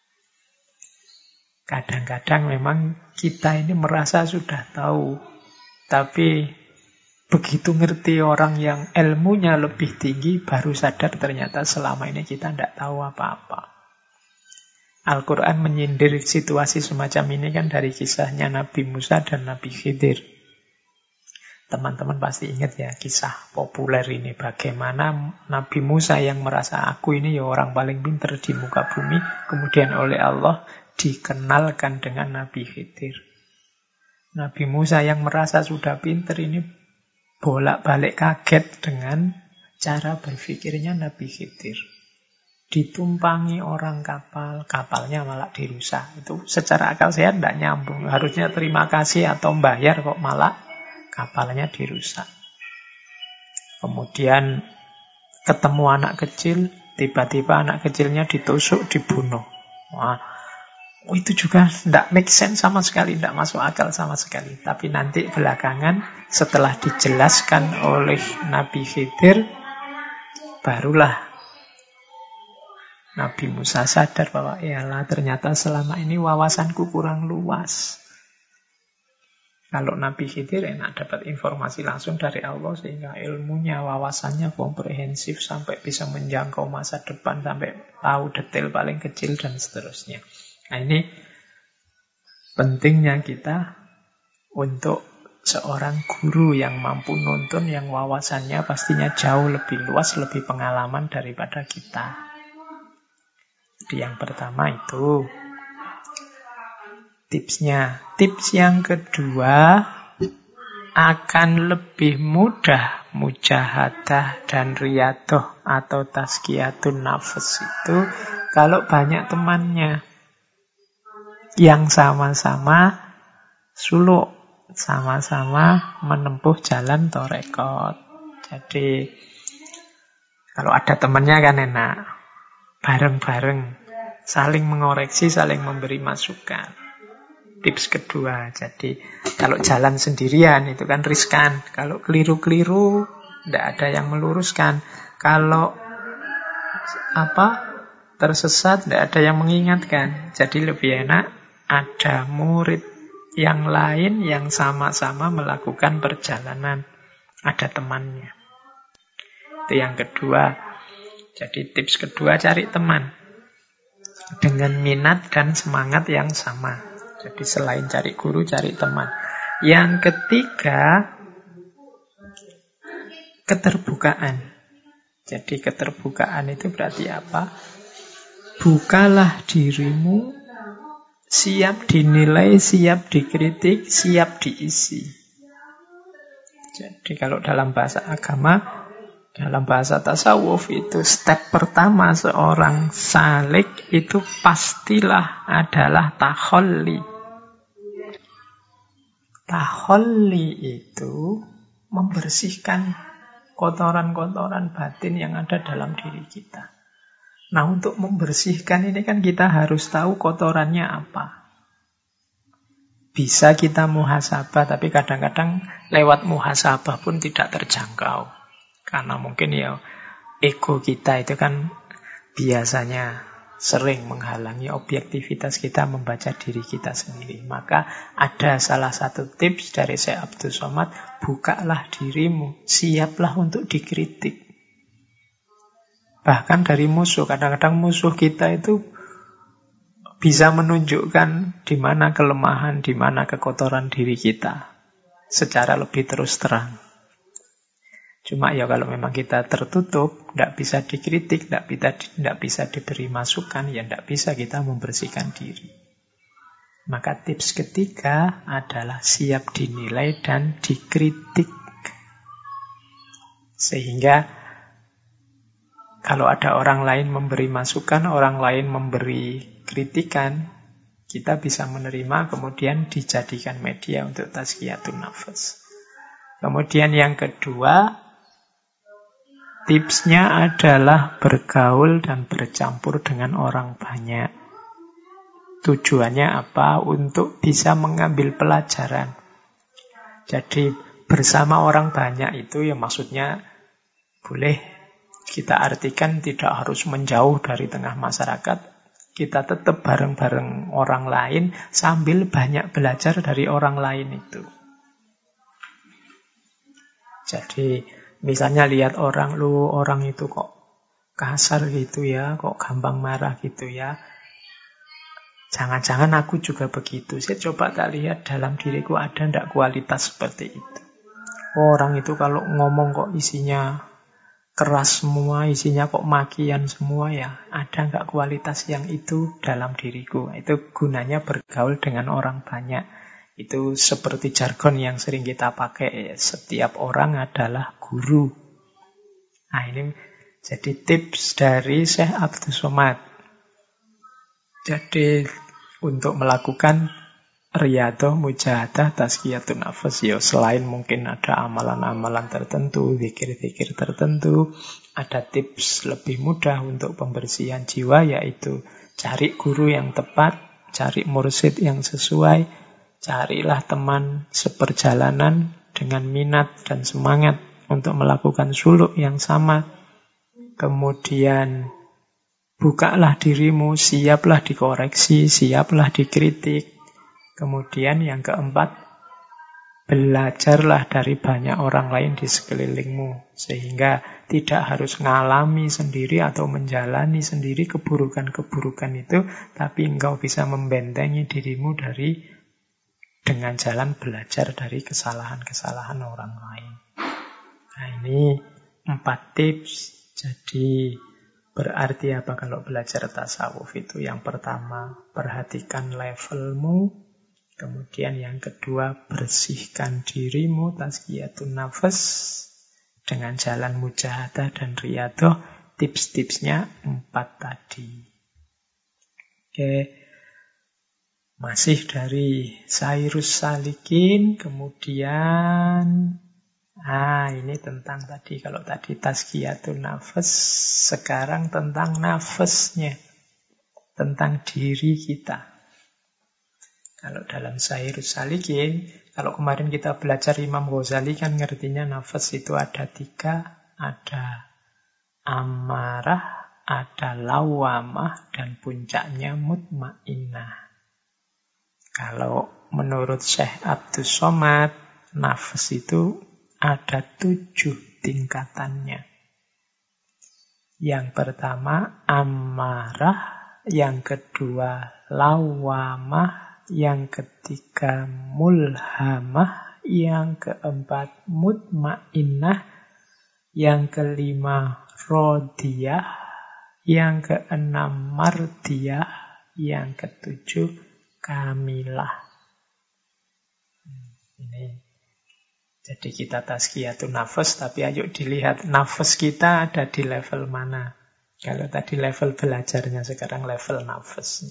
Kadang-kadang memang kita ini merasa sudah tahu, tapi begitu ngerti orang yang ilmunya lebih tinggi, baru sadar ternyata selama ini kita tidak tahu apa-apa. Al-Quran menyindir situasi semacam ini kan dari kisahnya Nabi Musa dan Nabi Khidir. Teman-teman pasti ingat ya kisah populer ini. Bagaimana Nabi Musa yang merasa aku ini ya orang paling pintar di muka bumi, kemudian oleh Allah dikenalkan dengan Nabi Khidir. Nabi Musa yang merasa sudah pinter ini bolak-balik kaget dengan cara berpikirnya Nabi Khidir. Ditumpangi orang kapal, kapalnya malah dirusak. Itu secara akal sehat tidak nyambung. Harusnya terima kasih atau membayar, kok malah kapalnya dirusak. Kemudian ketemu anak kecil, tiba-tiba anak kecilnya ditusuk, dibunuh. Wah, itu juga tidak make sense sama sekali, tidak masuk akal sama sekali. Tapi nanti belakangan setelah dijelaskan oleh Nabi Khidir, barulah Nabi Musa sadar bahwa iyalah ternyata selama ini wawasanku kurang luas. Kalau Nabi Khidir enak dapat informasi langsung dari Allah sehingga ilmunya, wawasannya komprehensif sampai bisa menjangkau masa depan, sampai tahu detail paling kecil dan seterusnya. Nah ini pentingnya kita untuk seorang guru yang mampu nuntun, yang wawasannya pastinya jauh lebih luas, lebih pengalaman daripada kita. Jadi yang pertama itu tipsnya. Tips yang kedua, akan lebih mudah mujahadah dan riyadah atau tazkiyatun nafs itu kalau banyak temannya yang sama-sama suluk, sama-sama menempuh jalan torekot. Jadi kalau ada temannya kan enak, bareng-bareng, saling mengoreksi, saling memberi masukan. Tips kedua, jadi kalau jalan sendirian itu kan riskan. Kalau keliru-keliru, tidak ada yang meluruskan. Kalau apa tersesat, tidak ada yang mengingatkan. Jadi lebih enak ada murid yang lain yang sama-sama melakukan perjalanan. Ada temannya. Itu yang kedua. Jadi tips kedua, cari teman dengan minat dan semangat yang sama. Jadi selain cari guru, cari teman. Yang ketiga, keterbukaan. Jadi keterbukaan itu berarti apa? Bukalah dirimu, siap dinilai, siap dikritik, siap diisi. Jadi kalau dalam bahasa agama, dalam bahasa tasawuf itu step pertama seorang salik itu pastilah adalah takholli. Takholli itu membersihkan kotoran-kotoran batin yang ada dalam diri kita. Nah, untuk membersihkan ini kan kita harus tahu kotorannya apa. Bisa kita muhasabah, tapi kadang-kadang lewat muhasabah pun tidak terjangkau. Karena mungkin ya ego kita itu kan biasanya sering menghalangi objektivitas kita membaca diri kita sendiri. Maka ada salah satu tips dari Syekh Abdul Somad, bukalah dirimu, siaplah untuk dikritik. Bahkan dari musuh, kadang-kadang musuh kita itu bisa menunjukkan di mana kelemahan, di mana kekotoran diri kita secara lebih terus terang. Cuma ya kalau memang kita tertutup, tidak bisa dikritik, tidak bisa, tidak bisa diberi masukan, ya tidak bisa kita membersihkan diri. Maka tips ketiga adalah siap dinilai dan dikritik. Sehingga kalau ada orang lain memberi masukan, orang lain memberi kritikan, kita bisa menerima, kemudian dijadikan media untuk tazkiyatun nafs. Kemudian yang kedua, tipsnya adalah bergaul dan bercampur dengan orang banyak. Tujuannya apa? Untuk bisa mengambil pelajaran. Jadi bersama orang banyak itu ya maksudnya boleh kita artikan tidak harus menjauh dari tengah masyarakat. Kita tetap bareng-bareng orang lain sambil banyak belajar dari orang lain itu. Jadi misalnya lihat orang, lu orang itu kok kasar gitu ya, kok gampang marah gitu ya. Jangan-jangan aku juga begitu. Saya coba tak lihat dalam diriku ada ndak kualitas seperti itu. Orang itu kalau ngomong kok isinya keras semua, isinya kok makian semua ya. Ada nggak kualitas yang itu dalam diriku? Itu gunanya bergaul dengan orang banyak. Itu seperti jargon yang sering kita pakai. Setiap orang adalah guru. Nah ini jadi tips dari Syekh Abdus Somad. Jadi untuk melakukan riyadhah, mujahadah, tazkiyatun nafas, ya selain mungkin ada amalan-amalan tertentu, zikir-zikir tertentu, ada tips lebih mudah untuk pembersihan jiwa, yaitu cari guru yang tepat, cari mursyid yang sesuai, carilah teman seperjalanan dengan minat dan semangat untuk melakukan suluk yang sama. Kemudian bukalah dirimu, siaplah dikoreksi, siaplah dikritik. Kemudian yang keempat, belajarlah dari banyak orang lain di sekelilingmu. Sehingga tidak harus ngalami sendiri atau menjalani sendiri keburukan-keburukan itu, tapi engkau bisa membentengi dirimu dari dengan jalan belajar dari kesalahan-kesalahan orang lain. Nah ini empat tips. Jadi berarti apa kalau belajar tasawuf itu? Yang pertama, perhatikan levelmu. Kemudian yang kedua, bersihkan dirimu, tazkiyatun nafas, dengan jalan mujahadah dan riyadhah. Tips-tipsnya empat tadi. Oke, masih dari Sairus Salikin. Kemudian, ah ini tentang tadi, kalau tadi tazkiyatun nafas, sekarang tentang nafasnya, tentang diri kita. Kalau dalam Sairus Salikin, kalau kemarin kita belajar Imam Ghazali kan ngertinya nafas itu ada tiga, ada amarah, ada lawamah, dan puncaknya mutmainnah. Kalau menurut Syekh Abdus Somad, nafas itu ada tujuh tingkatannya. Yang pertama amarah, yang kedua lawamah, yang ketiga mulhamah, yang keempat mutmainnah, yang kelima rodiyah, yang keenam mardiyah, yang ketujuh kamilah. Ini jadi kita tazkiyatun nafas, tapi ayo dilihat nafas kita ada di level mana. Kalau tadi level belajarnya, sekarang level nafasnya.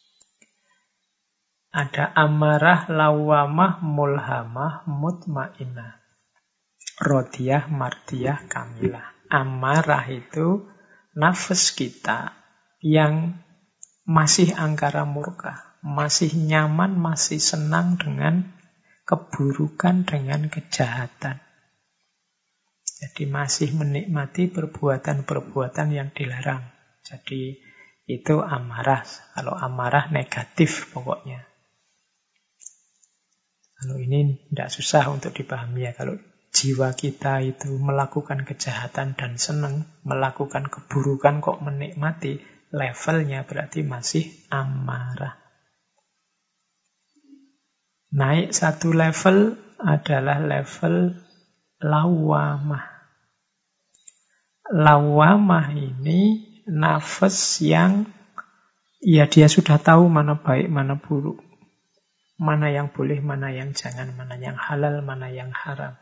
Ada amarah, lawamah, mulhamah, mutmainnah, rodiyah, mardiyah, kamilah. Amarah itu nafas kita yang masih angkara murka, masih nyaman, masih senang dengan keburukan, dengan kejahatan. Jadi masih menikmati perbuatan-perbuatan yang dilarang. Jadi itu amarah. Kalau amarah negatif pokoknya. Kalau ini tidak susah untuk dipahami ya. Kalau jiwa kita itu melakukan kejahatan dan senang, melakukan keburukan kok menikmati, levelnya berarti masih amarah. Naik satu level adalah level lawamah. Lawamah ini nafas yang ya dia sudah tahu mana baik, mana buruk. Mana yang boleh, mana yang jangan, mana yang halal, mana yang haram.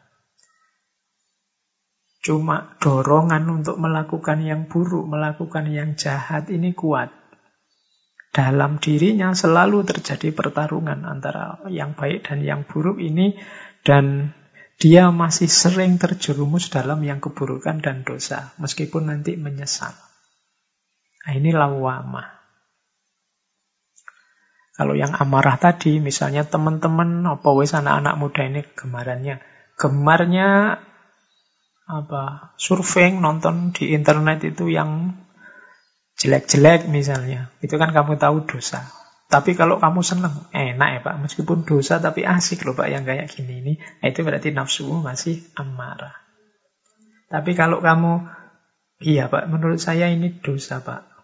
Cuma dorongan untuk melakukan yang buruk, melakukan yang jahat ini kuat. Dalam dirinya selalu terjadi pertarungan antara yang baik dan yang buruk ini, dan dia masih sering terjerumus dalam yang keburukan dan dosa, meskipun nanti menyesal. Nah, ini lawamah. Kalau yang amarah tadi, misalnya teman-teman, apa wis anak-anak muda ini gemarannya, gemarnya apa surfing, nonton di internet itu yang jelek-jelek misalnya, itu kan kamu tahu dosa. Tapi kalau kamu senang, enak ya Pak, meskipun dosa tapi asik loh Pak yang kayak gini ini, nah itu berarti nafsumu masih amarah. Tapi kalau kamu, iya Pak, menurut saya ini dosa Pak.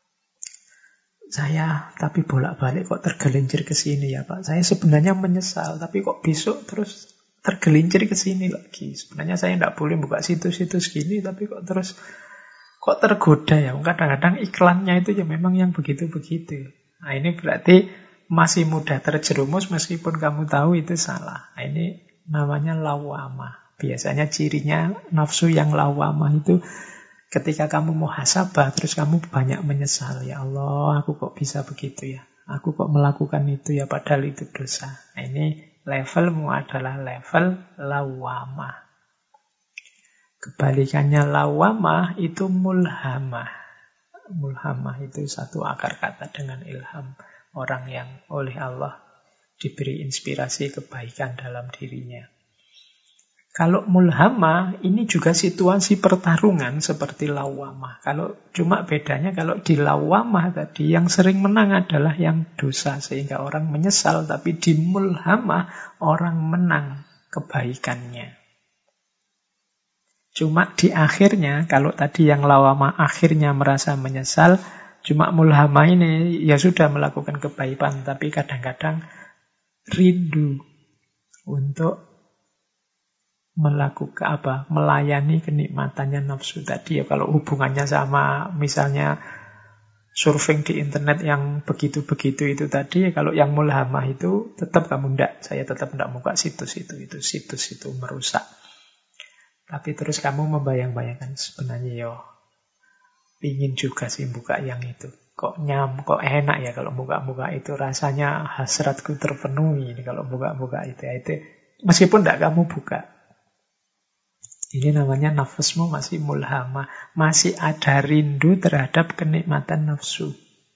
Saya tapi bolak-balik kok tergelincir ke sini ya Pak. Saya sebenarnya menyesal, tapi kok besok terus tergelincir ke sini lagi. Sebenarnya saya tidak boleh buka situs-situs gini, tapi kok terus kok tergoda ya. Kadang-kadang iklannya itu ya memang yang begitu-begitu. Nah ini berarti masih mudah terjerumus meskipun kamu tahu itu salah. Nah, ini namanya lawamah. Biasanya cirinya nafsu yang lawamah itu ketika kamu muhasabah terus kamu banyak menyesal. Ya Allah, aku kok bisa begitu ya? Aku kok melakukan itu ya padahal itu dosa. Nah, ini levelmu adalah level lawamah. Kebalikannya lawamah itu mulhamah. Mulhamah itu satu akar kata dengan ilham. Orang yang oleh Allah diberi inspirasi kebaikan dalam dirinya. Kalau mulhamah, ini juga situasi pertarungan seperti lawamah. Kalau cuma bedanya kalau di lawamah tadi, yang sering menang adalah yang dosa. Sehingga orang menyesal, tapi di mulhamah, orang menang kebaikannya. Cuma di akhirnya, kalau tadi yang lawamah akhirnya merasa menyesal, cuma mulhamah ini ya sudah melakukan kebaikan, tapi kadang-kadang rindu untuk melakukan apa? Melayani kenikmatannya nafsu tadi ya. Kalau hubungannya sama misalnya surfing di internet yang begitu-begitu itu tadi, kalau yang mulhamah itu tetap kamu ndak, saya tetap ndak buka situs itu, itu situs itu merusak. Tapi terus kamu membayang-bayangkan sebenarnya yo ingin juga sih buka yang itu. Kok nyam, kok enak ya kalau buka-buka itu, rasanya hasratku terpenuhi ini kalau buka-buka itu. Ya, itu meskipun tidak kamu buka. Ini namanya nafasmu masih mulhamah, masih ada rindu terhadap kenikmatan nafsu.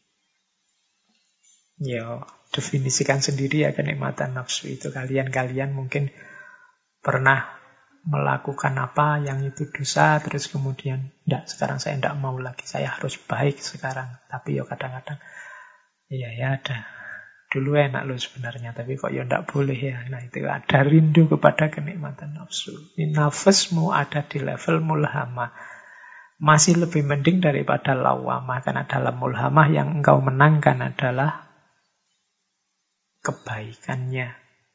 Yo, definisikan sendiri ya kenikmatan nafsu itu. Kalian-kalian mungkin pernah melakukan apa yang itu dosa, terus kemudian enggak, sekarang saya enggak mau lagi, saya harus baik sekarang. Tapi ya kadang-kadang iya ya ada, dulu enak loh sebenarnya, tapi kok ya enggak boleh ya. Nah itu ada rindu kepada kenikmatan nafsu. Ini nafasmu ada di level mulhamah, masih lebih mending daripada lawamah, karena dalam mulhamah yang engkau menangkan adalah kebaikannya,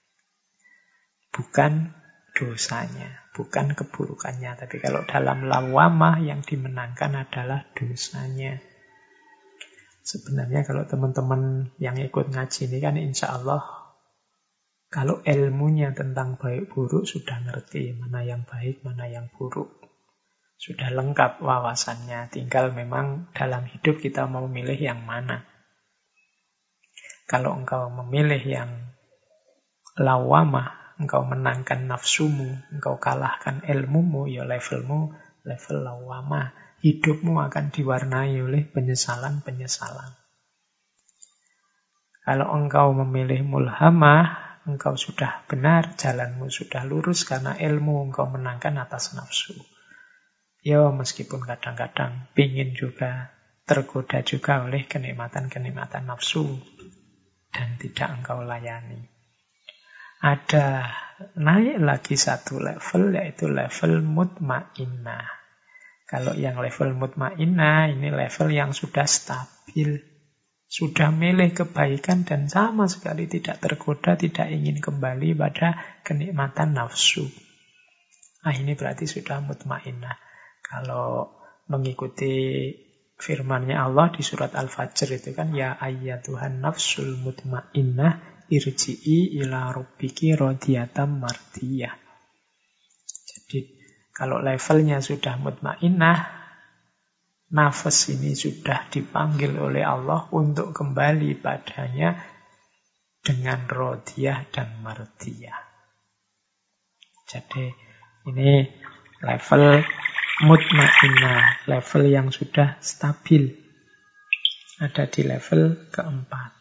bukan dosanya, bukan keburukannya. Tapi kalau dalam lawamah yang dimenangkan adalah dosanya. Sebenarnya kalau teman-teman yang ikut ngaji ini kan insya Allah kalau ilmunya tentang baik buruk sudah ngerti mana yang baik, mana yang buruk. Sudah lengkap wawasannya. Tinggal memang dalam hidup kita mau milih yang mana. Kalau engkau memilih yang lawamah, engkau menangkan nafsumu, engkau kalahkan ilmumu, ya levelmu level lawamah. Hidupmu akan diwarnai oleh penyesalan-penyesalan. Kalau engkau memilih mulhamah, engkau sudah benar, jalanmu sudah lurus karena ilmu engkau menangkan atas nafsu. Ya meskipun kadang-kadang pingin juga, tergoda juga oleh kenikmatan-kenikmatan nafsu dan tidak engkau layani. Ada naik lagi satu level, yaitu level mutmainnah. Kalau yang level mutmainnah, ini level yang sudah stabil. Sudah milih kebaikan dan sama sekali tidak tergoda, tidak ingin kembali pada kenikmatan nafsu. Nah ini berarti sudah mutmainnah. Kalau mengikuti firman-Nya Allah di surat Al-Fajr itu kan, ya ayyatuhan nafsul mutmainnah irji'i ila rabbiki radiyatan mardiyah. Jadi kalau levelnya sudah mutmainnah, nafas ini sudah dipanggil oleh Allah untuk kembali padanya dengan radiyah dan mardiyah. Jadi ini level mutmainnah, level yang sudah stabil. Ada di level keempat.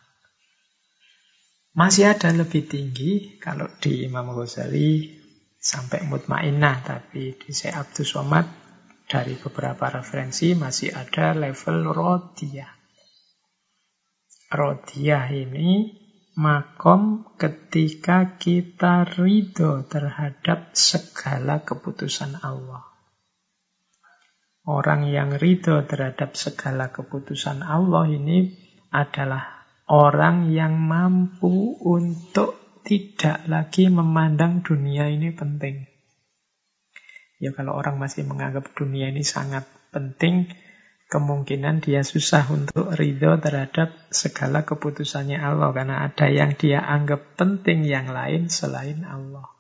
Masih ada lebih tinggi, kalau di Imam Ghazali sampai mutmainnah, tapi di Syekh Abdus Somad dari beberapa referensi masih ada level rodiyah. Rodiyah ini makom ketika kita ridho terhadap segala keputusan Allah. Orang yang ridho terhadap segala keputusan Allah ini adalah orang yang mampu untuk tidak lagi memandang dunia ini penting. Ya kalau orang masih menganggap dunia ini sangat penting, kemungkinan dia susah untuk ridho terhadap segala keputusannya Allah. Karena ada yang dia anggap penting yang lain selain Allah.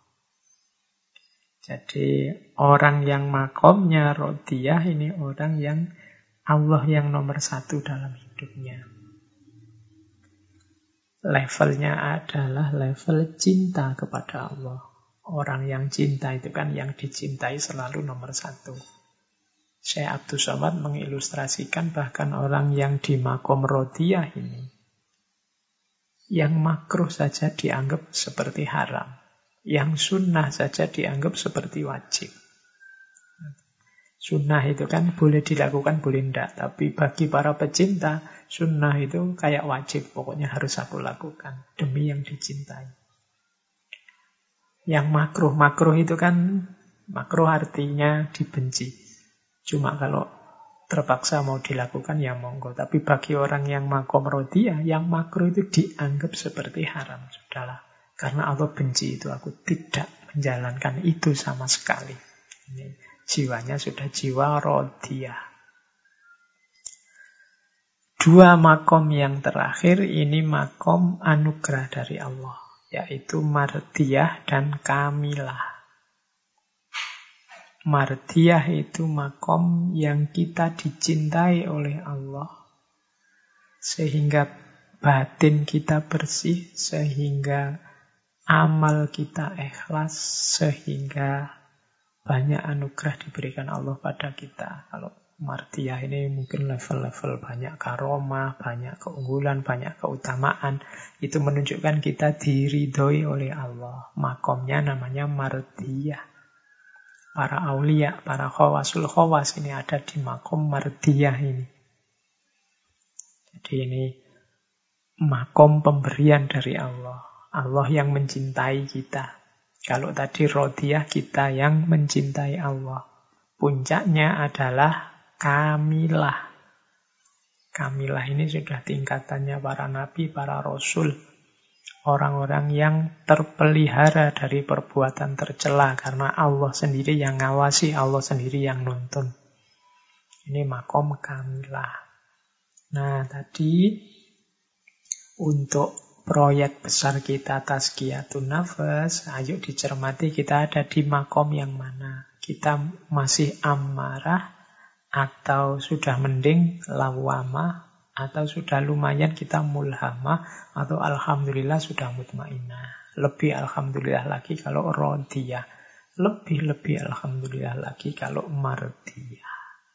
Jadi orang yang makomnya rodiyah ini orang yang Allah yang nomor satu dalam hidupnya. Levelnya adalah level cinta kepada Allah. Orang yang cinta itu kan yang dicintai selalu nomor satu. Syekh Abdus Somad mengilustrasikan bahkan orang yang di makom rodiyah ini, yang makruh saja dianggap seperti haram, yang sunnah saja dianggap seperti wajib. Sunnah itu kan boleh dilakukan, boleh tidak. Tapi bagi para pecinta, sunnah itu kayak wajib. Pokoknya harus aku lakukan demi yang dicintai. Yang makruh-makruh itu kan, makruh artinya dibenci. Cuma kalau terpaksa mau dilakukan ya monggo. Tapi bagi orang yang makom rodiyah, yang makruh itu dianggap seperti haram. Sudahlah, karena Allah benci itu, aku tidak menjalankan itu sama sekali. Ini jiwanya sudah jiwa rodiyah. Dua makom yang terakhir ini makom anugerah dari Allah, yaitu mardiyah dan kamilah. Mardiyah itu makom yang kita dicintai oleh Allah, sehingga batin kita bersih, sehingga amal kita ikhlas, sehingga banyak anugerah diberikan Allah pada kita. Kalau mardiyah ini mungkin level-level banyak karomah, banyak keunggulan, banyak keutamaan. Itu menunjukkan kita diridhoi oleh Allah. Makomnya namanya mardiyah. Para aulia, para khawasul khawas ini ada di makom mardiyah ini. Jadi ini makom pemberian dari Allah. Allah yang mencintai kita. Kalau tadi rodiyah, kita yang mencintai Allah. Puncaknya adalah kamilah. Kamilah ini sudah tingkatannya para nabi, para rasul. Orang-orang yang terpelihara dari perbuatan tercela karena Allah sendiri yang ngawasi, Allah sendiri yang nuntun. Ini makom kamilah. Nah, tadi untuk proyek besar kita tazkiyatun nafas, ayo dicermati kita ada di makom yang mana. Kita masih amarah atau sudah mending lawamah, atau sudah lumayan kita mulhamah, atau alhamdulillah sudah mutmainah. Lebih alhamdulillah lagi kalau rodiyah. Lebih-lebih alhamdulillah lagi kalau mardiyah.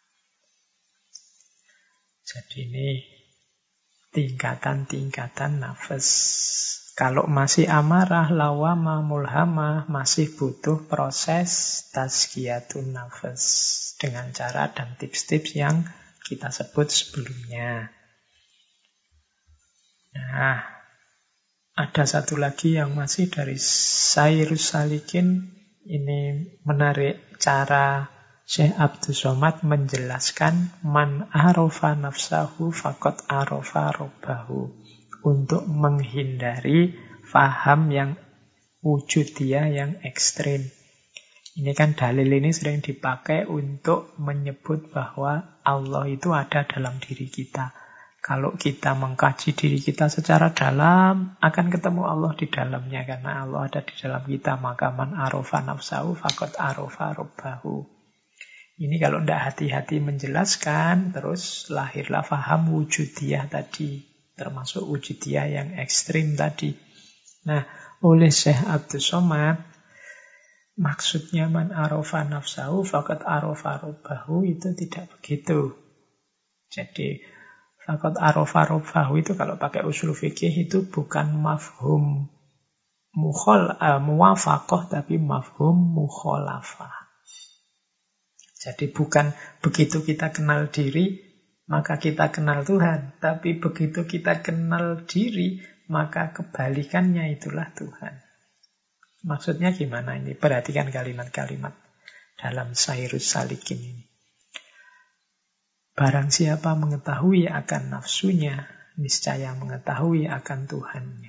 Jadi ini tingkatan-tingkatan nafas. Kalau masih amarah, lawamah, mulhamah, masih butuh proses tazkiyatun nafas dengan cara dan tips-tips yang kita sebut sebelumnya. Nah, ada satu lagi yang masih dari Sairus Salikin. Ini menarik cara Syekh Abdus Somad menjelaskan man arofa nafsahu faqad arofa robbahu, untuk menghindari faham yang wujudiyah yang ekstrim. Ini kan dalil ini sering dipakai untuk menyebut bahwa Allah itu ada dalam diri kita. Kalau kita mengkaji diri kita secara dalam, akan ketemu Allah di dalamnya. Karena Allah ada di dalam kita. Maka man arofa nafsahu faqad arofa robbahu. Ini kalau tidak hati-hati menjelaskan, terus lahirlah faham wujudiyah tadi. Termasuk wujudiyah yang ekstrim tadi. Nah, oleh Syekh Abdus Somad, maksudnya man arofa nafsahu faqad arofa robbahu itu tidak begitu. Jadi faqad arofa robbahu itu kalau pakai usul fikih itu bukan mafhum mukhol, uh, muwafaqah, tapi mafhum mukholafah. Jadi bukan begitu kita kenal diri, maka kita kenal Tuhan. Tapi begitu kita kenal diri, maka kebalikannya itulah Tuhan. Maksudnya gimana ini? Perhatikan kalimat-kalimat dalam Sairus Salikin ini. Barang siapa mengetahui akan nafsunya, niscaya mengetahui akan Tuhannya.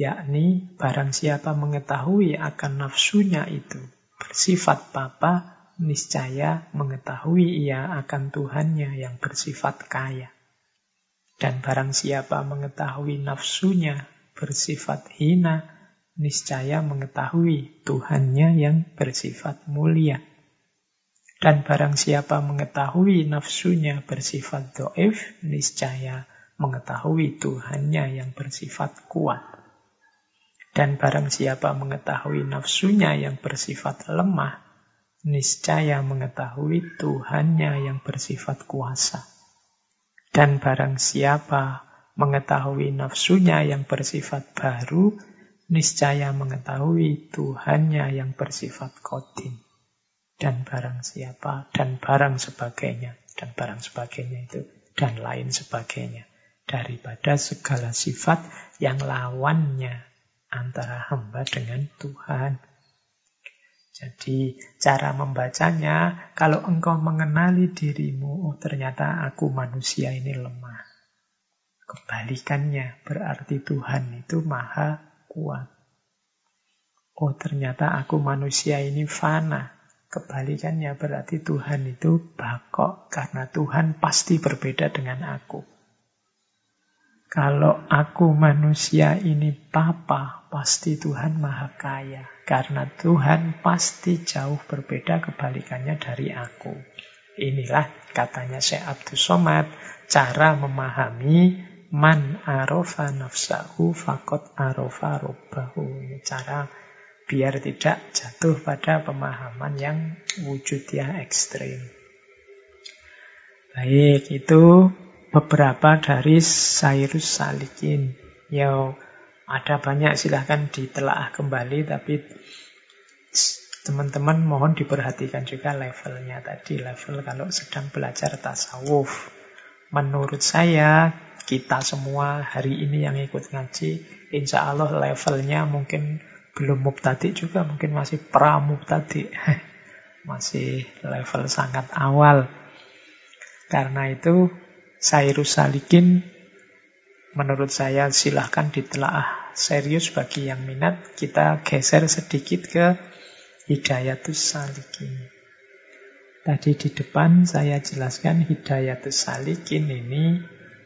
Yakni, barang siapa mengetahui akan nafsunya itu bersifat papa, niscaya mengetahui ia akan Tuhannya yang bersifat kaya. Dan barang siapa mengetahui nafsunya bersifat hina, niscaya mengetahui Tuhannya yang bersifat mulia. Dan barang siapa mengetahui nafsunya bersifat dhaif, niscaya mengetahui Tuhannya yang bersifat kuat. Dan barang siapa mengetahui nafsunya yang bersifat lemah, niscaya mengetahui Tuhannya yang bersifat kuasa. Dan barang siapa mengetahui nafsunya yang bersifat baru, niscaya mengetahui Tuhannya yang bersifat qadim. Dan barang siapa, dan barang sebagainya, dan barang sebagainya itu, dan lain sebagainya. Daripada segala sifat yang lawannya antara hamba dengan Tuhan. Jadi cara membacanya, kalau engkau mengenali dirimu, oh ternyata aku manusia ini lemah. Kebalikannya, berarti Tuhan itu maha kuat. Oh ternyata aku manusia ini fana. Kebalikannya berarti Tuhan itu bakok, karena Tuhan pasti berbeda dengan aku. Kalau aku manusia ini papa, pasti Tuhan maha kaya. Karena Tuhan pasti jauh berbeda kebalikannya dari aku. Inilah katanya Syekh Abdus Somad, cara memahami man arofa nafsahu faqad arofa robbahu. Ini cara biar tidak jatuh pada pemahaman yang wujudnya ekstrim. Baik, itu beberapa dari Sairus Salikin. Ya, ada banyak, silahkan ditelaah kembali, tapi teman-teman mohon diperhatikan juga levelnya tadi. Level kalau sedang belajar tasawuf. Menurut saya, kita semua hari ini yang ikut ngaji, insya Allah levelnya mungkin belum mubtadi juga, mungkin masih pra-mubtadi. Masih level sangat awal. Karena itu, Sairus Salikin menurut saya silahkan ditelaah serius bagi yang minat. Kita geser sedikit ke Hidayatus Salikin. Tadi di depan saya jelaskan Hidayatus Salikin ini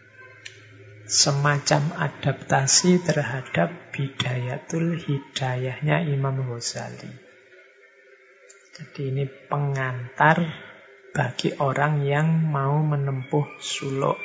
semacam adaptasi terhadap Bidayatul Hidayahnya Imam Ghazali. Jadi ini pengantar bagi orang yang mau menempuh suluk.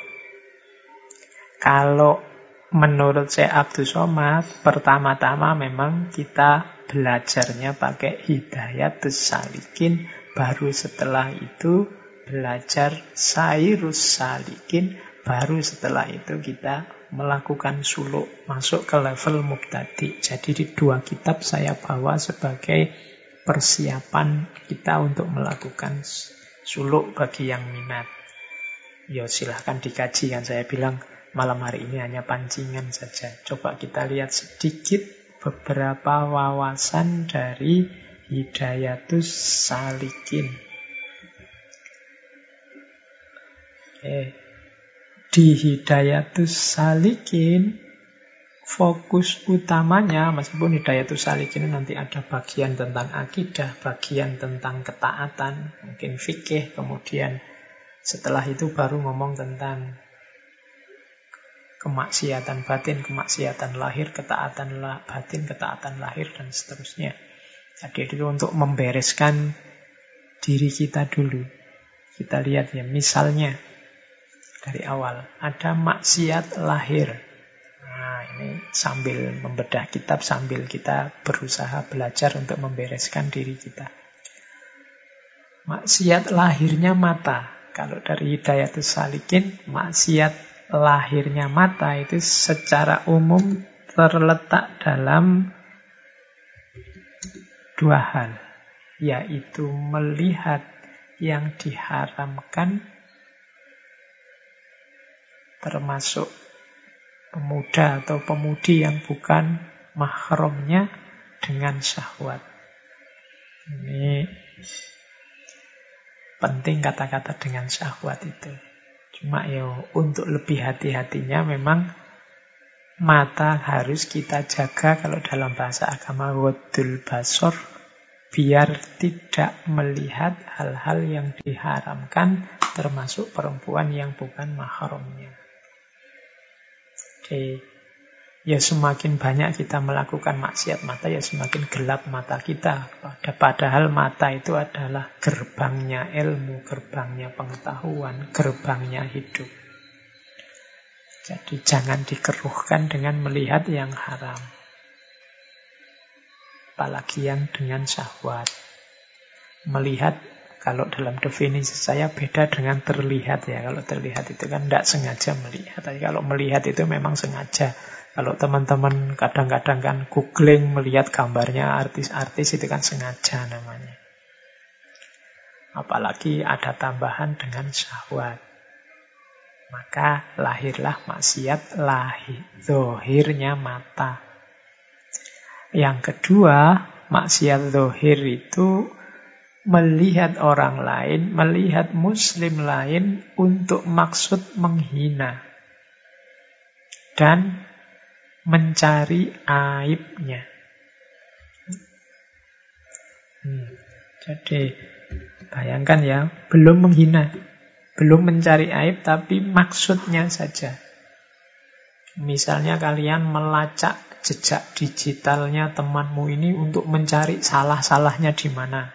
Kalau menurut Syekh Abdus Somad, pertama-tama memang kita belajarnya pakai Hidayatus Salikin, baru setelah itu belajar Sairus Salikin, baru setelah itu kita melakukan suluk, masuk ke level mubtadi. Jadi di dua kitab saya bawa sebagai persiapan kita untuk melakukan suluk bagi yang minat. Ya silahkan dikaji, kan saya bilang malam hari ini hanya pancingan saja. Coba kita lihat sedikit beberapa wawasan dari Hidayatus Salikin. Eh, di Hidayatus Salikin fokus utamanya, meskipun Hidayatus Salikin nanti ada bagian tentang akidah, bagian tentang ketaatan, mungkin fikih, kemudian setelah itu baru ngomong tentang kemaksiatan batin, kemaksiatan lahir, ketaatan batin, ketaatan lahir, dan seterusnya. Jadi itu untuk membereskan diri kita dulu. Kita lihat ya, misalnya dari awal ada maksiat lahir. Nah, ini sambil membedah kitab, sambil kita berusaha belajar untuk membereskan diri kita. Maksiat lahirnya mata. Kalau dari Hidayatus Salikin, maksiat lahirnya mata itu secara umum terletak dalam dua hal, yaitu melihat yang diharamkan, termasuk pemuda atau pemudi yang bukan mahramnya, dengan syahwat. Ini penting kata-kata dengan syahwat itu. Cuma ya untuk lebih hati-hatinya memang mata harus kita jaga. Kalau dalam bahasa agama wadul basor, biar tidak melihat hal-hal yang diharamkan, termasuk perempuan yang bukan mahramnya. Jadi, ya semakin banyak kita melakukan maksiat mata, ya semakin gelap mata kita. Padahal mata itu adalah gerbangnya ilmu, gerbangnya pengetahuan, gerbangnya hidup. Jadi jangan dikeruhkan dengan melihat yang haram. Apalagi yang dengan syahwat. Melihat, kalau dalam definisi saya beda dengan terlihat ya. Kalau terlihat itu kan tidak sengaja melihat. Tapi kalau melihat itu memang sengaja. Kalau teman-teman kadang-kadang kan googling melihat gambarnya artis-artis, itu kan sengaja namanya. Apalagi ada tambahan dengan syahwat. Maka lahirlah maksiat lahir, zahirnya mata. Yang kedua, maksiat zahir itu melihat orang lain, melihat muslim lain untuk maksud menghina dan mencari aibnya. Hmm. Jadi bayangkan ya, belum menghina, belum mencari aib, tapi maksudnya saja. Misalnya kalian melacak jejak digitalnya temanmu ini untuk mencari salah-salahnya di mana.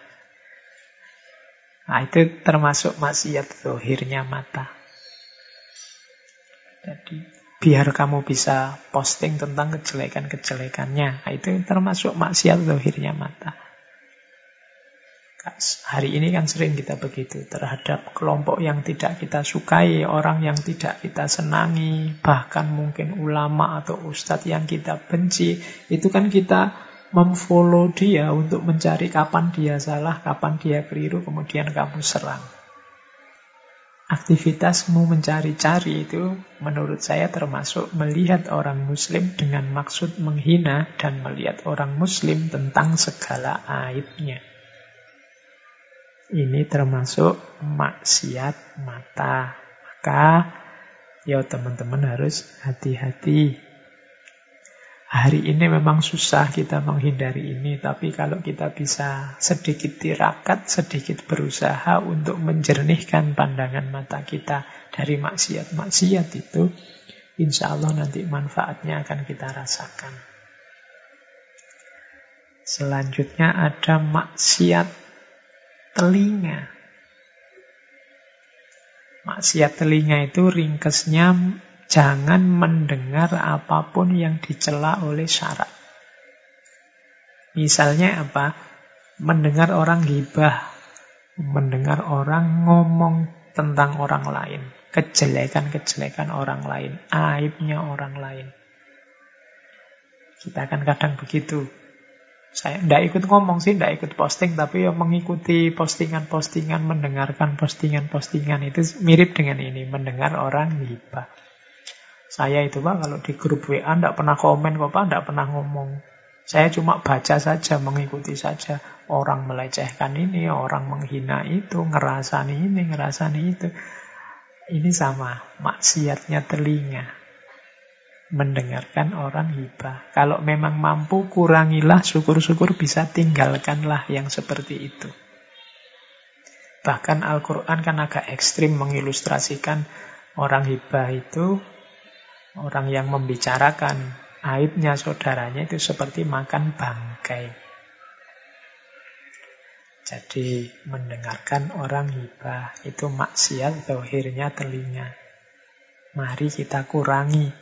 Nah, itu termasuk maksiat zahirnya mata. Jadi, biar kamu bisa posting tentang kejelekan-kejelekannya. Nah, itu termasuk maksiat zahirnya mata. Hari ini kan sering kita begitu terhadap kelompok yang tidak kita sukai, orang yang tidak kita senangi, bahkan mungkin ulama atau ustadz yang kita benci. Itu kan kita memfollow dia untuk mencari kapan dia salah, kapan dia keliru, kemudian kamu serang. Aktivitasmu mencari-cari itu menurut saya termasuk melihat orang muslim dengan maksud menghina dan melihat orang muslim tentang segala aibnya. Ini termasuk maksiat mata. Maka ya teman-teman harus hati-hati. Hari ini memang susah kita menghindari ini, tapi kalau kita bisa sedikit tirakat, sedikit berusaha untuk menjernihkan pandangan mata kita dari maksiat-maksiat itu, insya Allah nanti manfaatnya akan kita rasakan. Selanjutnya ada maksiat telinga. Maksiat telinga itu ringkesnya jangan mendengar apapun yang dicela oleh syarak. Misalnya apa? Mendengar orang ghibah, mendengar orang ngomong tentang orang lain, kejelekan-kejelekan orang lain, aibnya orang lain. Kita kan kadang begitu. Saya tidak ikut ngomong sih, tidak ikut posting, tapi ya mengikuti postingan-postingan, mendengarkan postingan-postingan. Itu mirip dengan ini, mendengar orang ghibah. Saya itu Pak, kalau di grup W A tidak pernah komen kok Pak, tidak pernah ngomong. Saya cuma baca saja, mengikuti saja. Orang melecehkan ini, orang menghina itu, ngerasani ini, ngerasani itu. Ini sama, maksiatnya telinga. Mendengarkan orang ghibah. Kalau memang mampu, kurangilah, syukur-syukur bisa tinggalkanlah yang seperti itu. Bahkan Al-Quran kan agak ekstrim mengilustrasikan orang ghibah itu, orang yang membicarakan aibnya saudaranya itu seperti makan bangkai. Jadi mendengarkan orang ghibah itu maksiat zahirnya telinga. Mari kita kurangi.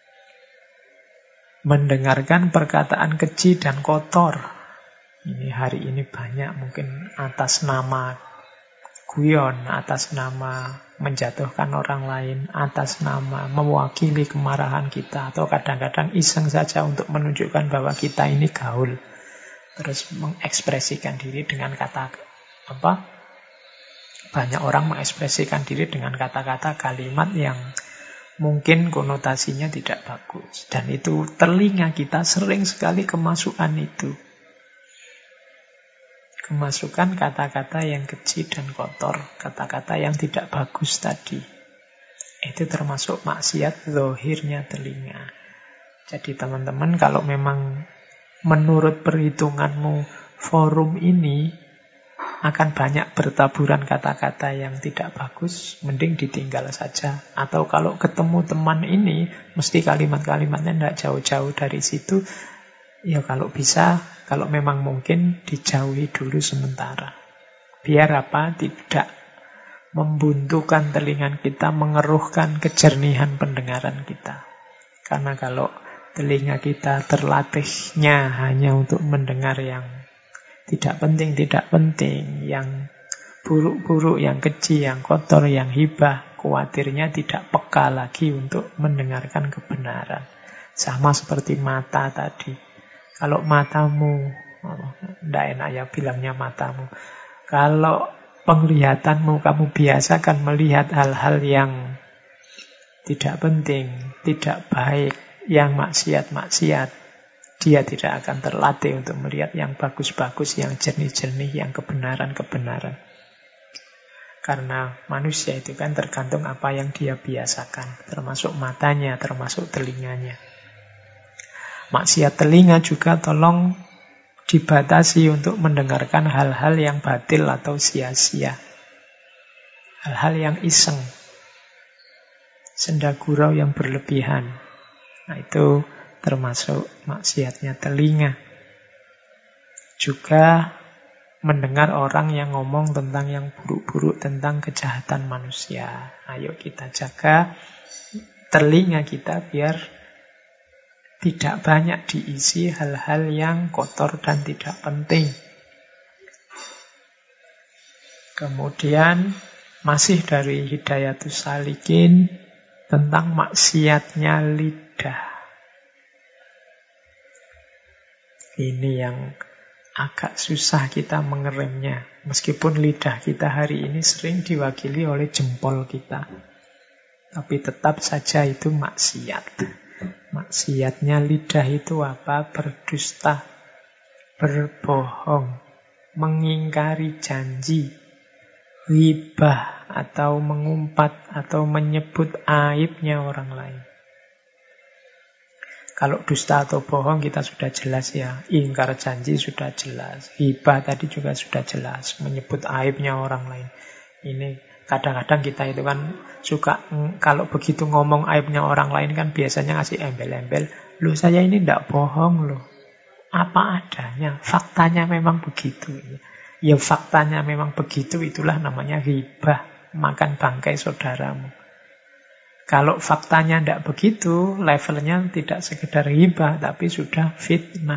Mendengarkan perkataan keji dan kotor. Ini hari ini banyak mungkin atas nama guyon, atas nama menjatuhkan orang lain, atas nama mewakili kemarahan kita, atau kadang-kadang iseng saja untuk menunjukkan bahwa kita ini gaul. Terus mengekspresikan diri dengan kata apa? Banyak orang mengekspresikan diri dengan kata-kata kalimat yang mungkin konotasinya tidak bagus. Dan itu telinga kita sering sekali kemasukan itu. Kemasukan kata-kata yang keji dan kotor. Kata-kata yang tidak bagus tadi. Itu termasuk maksiat zahirnya telinga. Jadi teman-teman kalau memang menurut perhitunganmu forum ini akan banyak bertaburan kata-kata yang tidak bagus, mending ditinggal saja. Atau kalau ketemu teman ini, mesti kalimat-kalimatnya tidak jauh-jauh dari situ. Ya kalau bisa, kalau memang mungkin, dijauhi dulu sementara. Biar apa? Tidak membuntukan telinga kita, mengeruhkan kejernihan pendengaran kita. Karena kalau telinga kita terlatihnya hanya untuk mendengar yang tidak penting, tidak penting, yang buruk-buruk, yang keji, yang kotor, yang hibah, khawatirnya tidak peka lagi untuk mendengarkan kebenaran. Sama seperti mata tadi. Kalau matamu, tidak enak ya bilangnya matamu. Kalau penglihatanmu, kamu biasakan melihat hal-hal yang tidak penting, tidak baik, yang maksiat-maksiat, dia tidak akan terlatih untuk melihat yang bagus-bagus, yang jernih-jernih, yang kebenaran-kebenaran. Karena manusia itu kan tergantung apa yang dia biasakan, termasuk matanya, termasuk telinganya. Maksiat telinga juga tolong dibatasi untuk mendengarkan hal-hal yang batil atau sia-sia. Hal-hal yang iseng. Senda gurau yang berlebihan. Nah itu termasuk maksiatnya telinga. Juga mendengar orang yang ngomong tentang yang buruk-buruk, tentang kejahatan manusia. Ayo kita jaga telinga kita biar tidak banyak diisi hal-hal yang kotor dan tidak penting. Kemudian masih dari Hidayatus Salikin tentang maksiatnya lidah. Ini yang agak susah kita mengeremnya. Meskipun lidah kita hari ini sering diwakili oleh jempol kita. Tapi tetap saja itu maksiat. Maksiatnya lidah itu apa? Berdusta, berbohong, mengingkari janji, ghibah atau mengumpat atau menyebut aibnya orang lain. Kalau dusta atau bohong kita sudah jelas ya. Ingkar janji sudah jelas. Hibah tadi juga sudah jelas. Menyebut aibnya orang lain. Ini kadang-kadang kita itu kan suka, kalau begitu ngomong aibnya orang lain kan biasanya ngasih embel-embel. Loh saya ini tidak bohong loh. Apa adanya. Faktanya memang begitu. Ya faktanya memang begitu, itulah namanya hibah. Makan bangkai saudaramu. Kalau faktanya tidak begitu, levelnya tidak sekedar hibah, tapi sudah fitnah.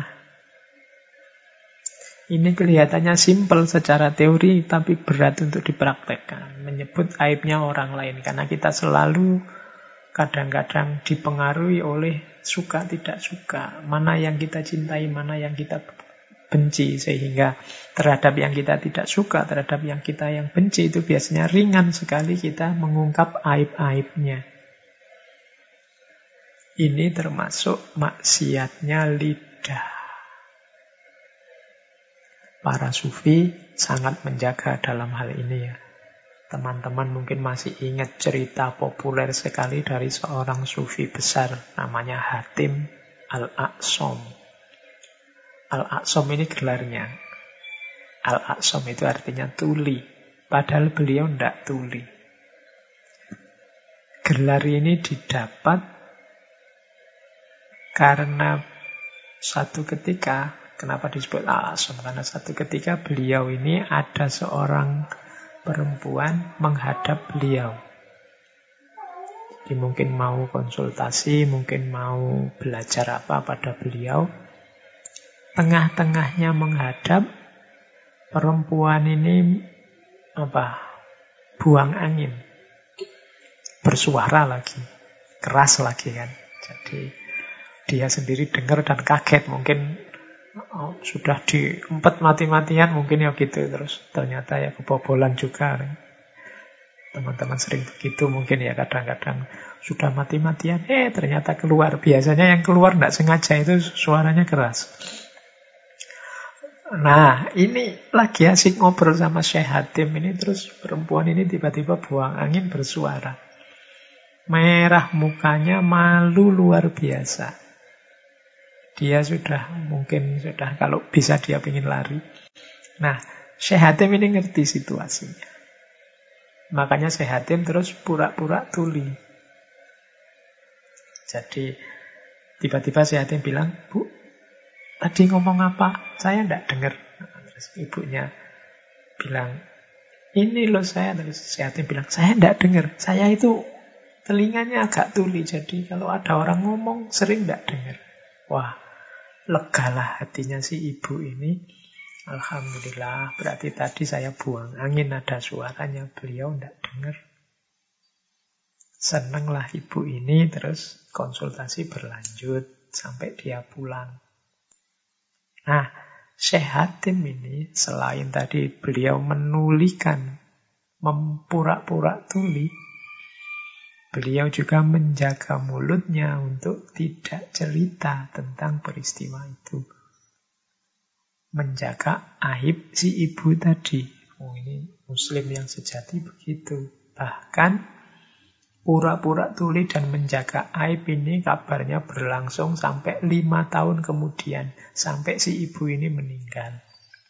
Ini kelihatannya simpel secara teori, tapi berat untuk dipraktekkan. Menyebut aibnya orang lain, karena kita selalu kadang-kadang dipengaruhi oleh suka tidak suka. Mana yang kita cintai, mana yang kita benci. Sehingga terhadap yang kita tidak suka, terhadap yang kita yang benci, itu biasanya ringan sekali kita mengungkap aib-aibnya. Ini termasuk maksiatnya lidah. Para sufi sangat menjaga dalam hal ini ya. Teman-teman mungkin masih ingat cerita populer sekali dari seorang sufi besar namanya Hatim Al-Aqsom. Al-Aqsom ini gelarnya. Al-Aqsom itu artinya tuli. Padahal beliau tidak tuli. Gelar ini didapat karena satu ketika, kenapa disebut Al-Aqsom? Karena satu ketika beliau ini ada seorang perempuan menghadap beliau. Jadi mungkin mau konsultasi, mungkin mau belajar apa pada beliau. Tengah-tengahnya menghadap, perempuan ini apa? Buang angin. Bersuara lagi. Keras lagi kan. Jadi dia sendiri dengar dan kaget, mungkin oh, sudah diempet mati-matian, mungkin ya gitu. Terus ternyata ya kebobolan juga. Teman-teman sering begitu mungkin ya, kadang-kadang sudah mati-matian, eh ternyata keluar. Biasanya yang keluar tidak sengaja itu suaranya keras. Nah ini lagi asik ngobrol sama Syekh Hatim ini, terus perempuan ini tiba-tiba buang angin bersuara. Merah mukanya, malu luar biasa. Dia sudah, mungkin sudah, kalau bisa dia ingin lari. Nah, Syekh Hatim ini ngerti situasinya. Makanya Syekh Hatim terus pura-pura tuli. Jadi tiba-tiba Syekh Hatim bilang, "Bu, tadi ngomong apa? Saya tidak dengar." Terus ibunya bilang, "Ini loh saya." Terus Syekh Hatim bilang, "Saya tidak dengar. Saya itu telinganya agak tuli. Jadi kalau ada orang ngomong sering tidak dengar." Wah, legalah hatinya si ibu ini. Alhamdulillah, berarti tadi saya buang angin, ada suaranya, beliau tidak dengar. Senanglah ibu ini, terus konsultasi berlanjut sampai dia pulang. Nah, Syekh Hatim ini selain tadi beliau menulikan, mempura-pura tuli, beliau juga menjaga mulutnya untuk tidak cerita tentang peristiwa itu. Menjaga aib si ibu tadi. Oh, ini muslim yang sejati begitu. Bahkan pura-pura tuli dan menjaga aib ini kabarnya berlangsung sampai lima tahun kemudian. Sampai si ibu ini meninggal.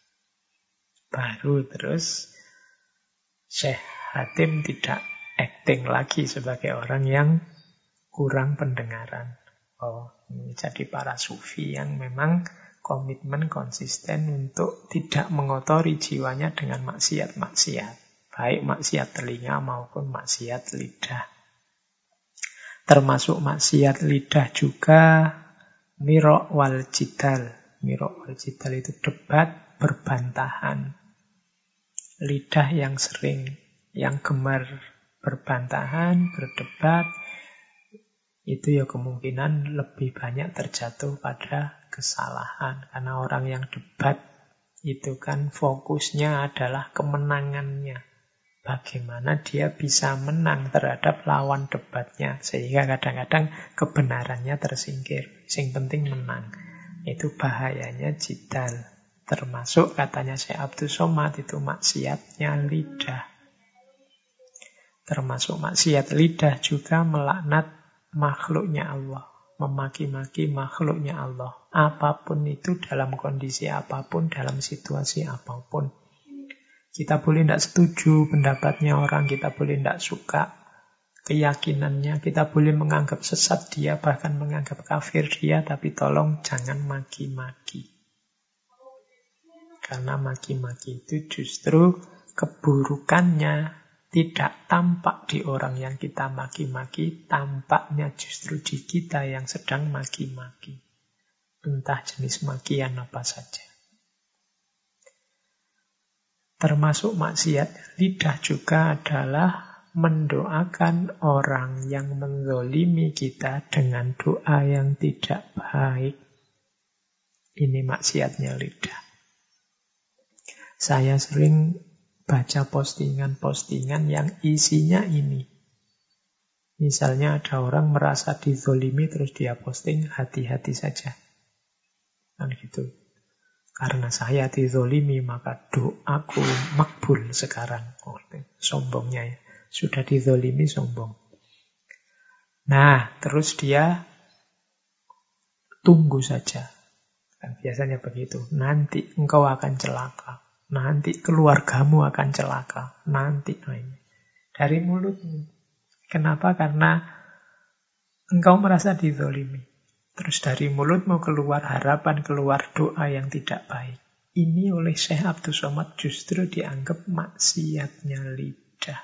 Baru terus Syekh Hatim tidak acting lagi sebagai orang yang kurang pendengaran. Oh, ini jadi para sufi yang memang komitmen konsisten untuk tidak mengotori jiwanya dengan maksiat-maksiat. Baik maksiat telinga maupun maksiat lidah. Termasuk maksiat lidah juga mirok wal jidal. Mirok wal jidal itu debat, berbantahan. Lidah yang sering, yang gemar berbantahan, berdebat, itu ya kemungkinan lebih banyak terjatuh pada kesalahan. Karena orang yang debat itu kan fokusnya adalah kemenangannya. Bagaimana dia bisa menang terhadap lawan debatnya. Sehingga kadang-kadang kebenarannya tersingkir. Yang penting menang. Itu bahayanya jidal. Termasuk katanya Syekh Abdul Somad itu maksiatnya lidah. Termasuk maksiat lidah juga melaknat makhluknya Allah. Memaki-maki makhluknya Allah. Apapun itu, dalam kondisi apapun, dalam situasi apapun. Kita boleh tidak setuju pendapatnya orang, kita boleh tidak suka keyakinannya, kita boleh menganggap sesat dia, bahkan menganggap kafir dia, tapi tolong jangan maki-maki. Karena maki-maki itu justru keburukannya tidak tampak di orang yang kita maki-maki, tampaknya justru di kita yang sedang maki-maki. Entah jenis makian apa saja. Termasuk maksiat lidah juga adalah mendoakan orang yang menzolimi kita dengan doa yang tidak baik. Ini maksiatnya lidah. Saya sering baca postingan-postingan yang isinya ini. Misalnya ada orang merasa dizolimi terus dia posting, hati-hati saja. Kan gitu. Karena saya dizolimi maka doaku makbul sekarang. Oh, sombongnya ya. Sudah dizolimi sombong. Nah, terus dia tunggu saja. Kan biasanya begitu. Nanti engkau akan celaka. Nanti keluargamu akan celaka. Nanti. Nah ini. Dari mulutmu. Kenapa? Karena engkau merasa dizolimi. Terus dari mulutmu keluar harapan, keluar doa yang tidak baik. Ini oleh Syekh Abdul Somad justru dianggap maksiatnya lidah.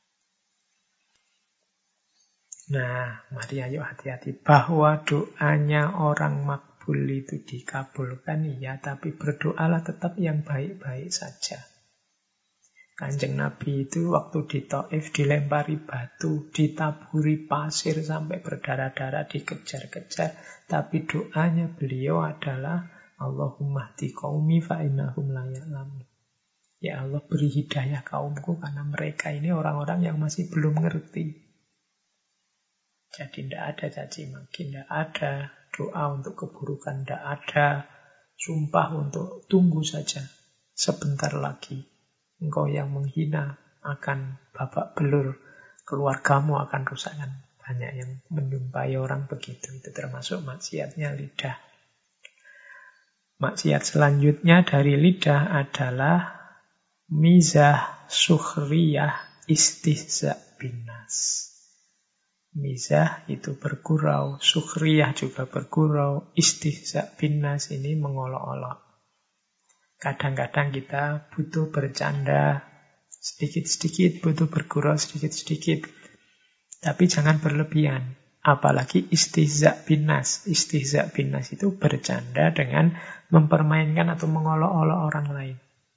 Nah, mari ayo hati-hati. Bahwa doanya orang makbul itu dikabulkan, iya. Tapi berdoalah tetap yang baik-baik saja. Kanjeng Nabi itu waktu di Taif dilempari batu, ditaburi pasir sampai berdarah-darah, dikejar-kejar. Tapi doanya beliau adalah Allahumma hdi qaumi fa innahum la ya'lamun. Ya Allah, beri hidayah kaumku karena mereka ini orang-orang yang masih belum ngerti. Jadi tidak ada caci maki, tidak ada doa untuk keburukan, tidak ada sumpah untuk tunggu saja sebentar lagi. Engkau yang menghina akan babak belur, keluargamu akan rusak. Kan banyak yang menyumpai orang begitu. Itu termasuk maksiatnya lidah. Maksiat selanjutnya dari lidah adalah mizah, sukhriyah, istihza binas. Mizah itu bergurau, sukhriyah juga bergurau, istihza binas ini mengolok-olok. Kadang-kadang kita butuh bercanda sedikit-sedikit, butuh bergurau sedikit-sedikit. Tapi jangan berlebihan. Apalagi istihza binas. Istihza binas itu bercanda dengan mempermainkan atau mengolok-olok orang lain.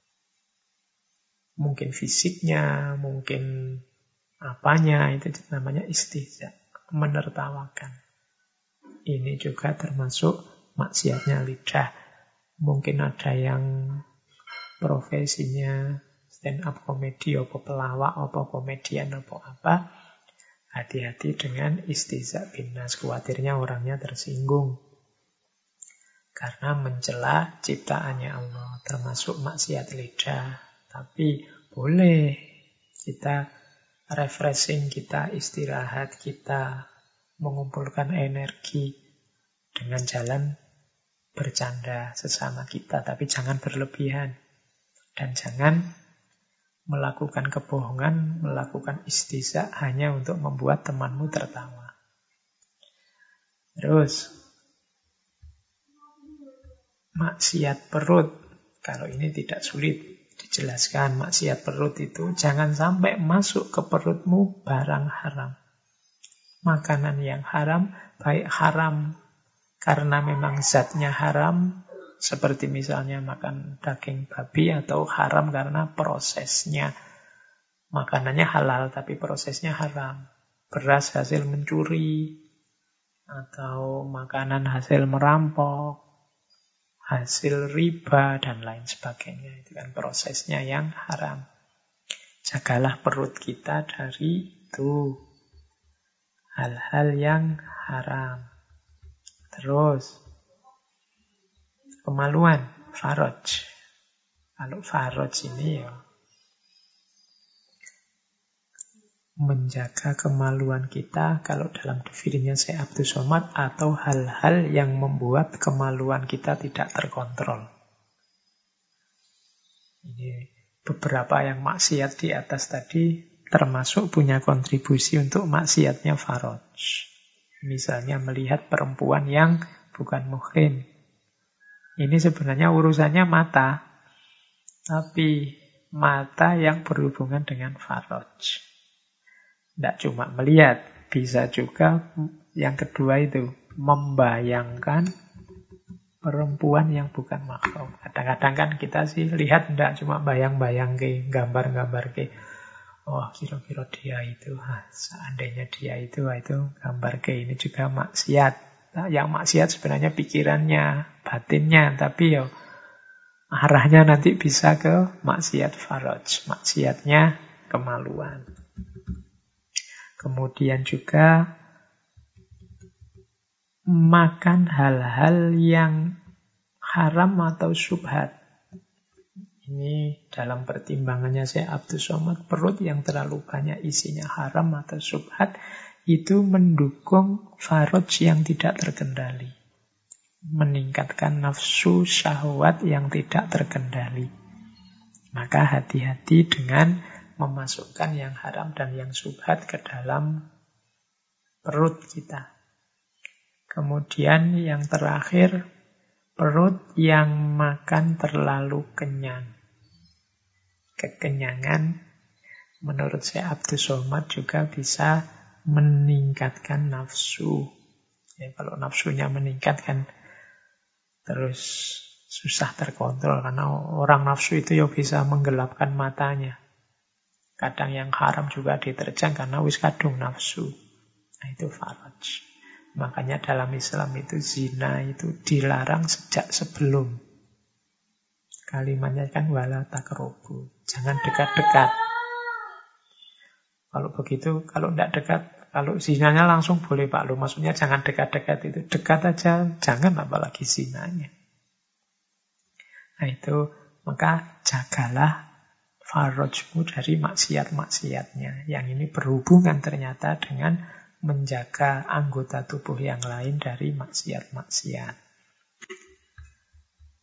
Mungkin fisiknya, mungkin apanya, itu namanya istihza. Menertawakan. Ini juga termasuk maksiatnya lidah. Mungkin ada yang profesinya stand up komedi, apa pelawak, apa komedian, apa apa. Hati-hati dengan istihza binas. Khawatirnya orangnya tersinggung. Karena mencela ciptaannya Allah. Termasuk maksiat lidah. Tapi boleh kita refreshing, kita istirahat, kita mengumpulkan energi dengan jalan bercanda sesama kita. Tapi jangan berlebihan. Dan jangan melakukan kebohongan, melakukan istihza hanya untuk membuat temanmu tertawa. Terus, maksiat perut. Kalau ini tidak sulit dijelaskan. Maksiat perut itu jangan sampai masuk ke perutmu barang haram. Makanan yang haram, baik haram karena memang zatnya haram, seperti misalnya makan daging babi, atau haram karena prosesnya. Makanannya halal tapi prosesnya haram. Beras hasil mencuri, atau makanan hasil merampok, hasil riba, dan lain sebagainya. Itu kan prosesnya yang haram. Jagalah perut kita dari itu. Hal-hal yang haram. Terus, kemaluan, faraj. Kalau faraj ini ya menjaga kemaluan kita, kalau dalam definisinya Syekh Abdus Somad, atau hal-hal yang membuat kemaluan kita tidak terkontrol. Ini beberapa yang maksiat di atas tadi termasuk punya kontribusi untuk maksiatnya faraj. Misalnya melihat perempuan yang bukan muhrim. Ini sebenarnya urusannya mata, tapi mata yang berhubungan dengan faraj. Tidak cuma melihat, bisa juga yang kedua itu, membayangkan perempuan yang bukan mahram. Kadang-kadang kan kita sih lihat tidak cuma bayang-bayang ke, gambar-gambar ke. Oh, kira-kira dia itu, ah, seandainya dia itu, ah, itu gambar ke, ini juga maksiat. Nah, yang maksiat sebenarnya pikirannya, batinnya, tapi ya arahnya nanti bisa ke maksiat faraj, maksiatnya kemaluan. Kemudian juga makan hal-hal yang haram atau syubhat. Ini dalam pertimbangannya Syekh Abdus Somad, perut yang terlalu banyak isinya haram atau syubhat itu mendukung faraj yang tidak terkendali. Meningkatkan nafsu syahwat yang tidak terkendali. Maka hati-hati dengan memasukkan yang haram dan yang syubhat ke dalam perut kita. Kemudian yang terakhir, perut yang makan terlalu kenyang. Kekenyangan menurut Syekh Abdus Somad juga bisa meningkatkan nafsu. Ya, kalau nafsunya meningkat kan terus susah terkontrol, karena orang nafsu itu ya bisa menggelapkan matanya. Kadang yang haram juga diterjang karena wis kadung nafsu. Nah, itu faraj. Makanya dalam Islam itu zina itu dilarang sejak sebelum. Kalimatnya kan wala taqrabu. Jangan dekat-dekat. Kalau begitu, kalau tidak dekat, kalau zinanya langsung boleh Pak Lu. Maksudnya jangan dekat-dekat itu. Dekat aja, jangan apalagi zinanya. Nah itu, maka jagalah farajmu dari maksiat-maksiatnya. Yang ini berhubungan ternyata dengan menjaga anggota tubuh yang lain dari maksiat-maksiat.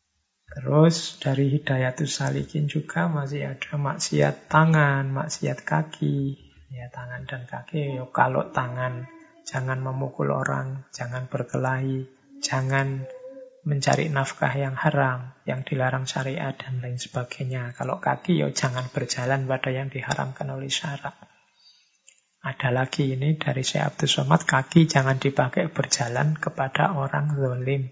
Terus dari Hidayatus Salikin juga masih ada maksiat tangan, maksiat kaki. Ya, tangan dan kaki. Ya, kalau tangan, jangan memukul orang, jangan berkelahi, jangan mencari nafkah yang haram, yang dilarang syariat dan lain sebagainya. Kalau kaki, ya jangan berjalan pada yang diharamkan oleh syarak. Ada lagi ini dari Syekh Abdus Somad, kaki jangan dipakai berjalan kepada orang zalim.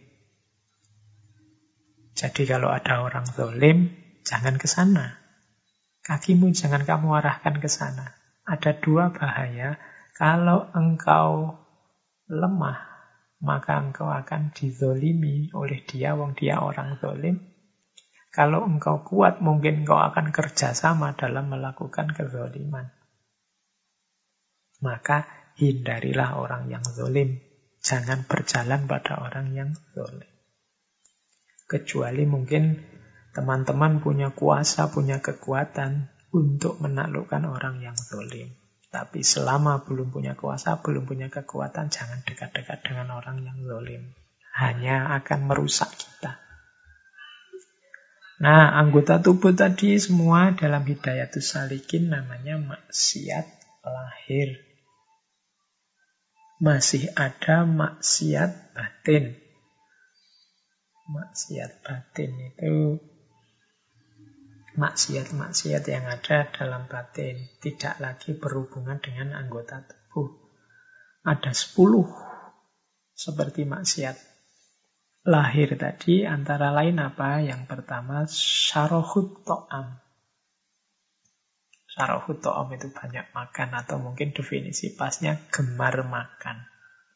Jadi kalau ada orang zalim, jangan ke sana. Kakimu jangan kamu arahkan ke sana. Ada dua bahaya. Kalau engkau lemah, maka engkau akan dizolimi oleh dia, wong dia orang zalim. Kalau engkau kuat, mungkin engkau akan kerjasama dalam melakukan kezaliman. Maka hindarilah orang yang zalim. Jangan berjalan pada orang yang zalim. Kecuali mungkin teman-teman punya kuasa, punya kekuatan untuk menaklukkan orang yang zalim. Tapi selama belum punya kuasa, belum punya kekuatan, jangan dekat-dekat dengan orang yang zalim. Hanya akan merusak kita. Nah, anggota tubuh tadi semua dalam Hidayatus Salikin namanya maksiat lahir. Masih ada maksiat batin. Maksiat batin itu maksiat-maksiat yang ada dalam batin, tidak lagi berhubungan dengan anggota tubuh. Ada sepuluh seperti maksiat lahir tadi, antara lain apa? Yang pertama, syarahut to'am. Syarahut to'am itu banyak makan, atau mungkin definisi pasnya gemar makan.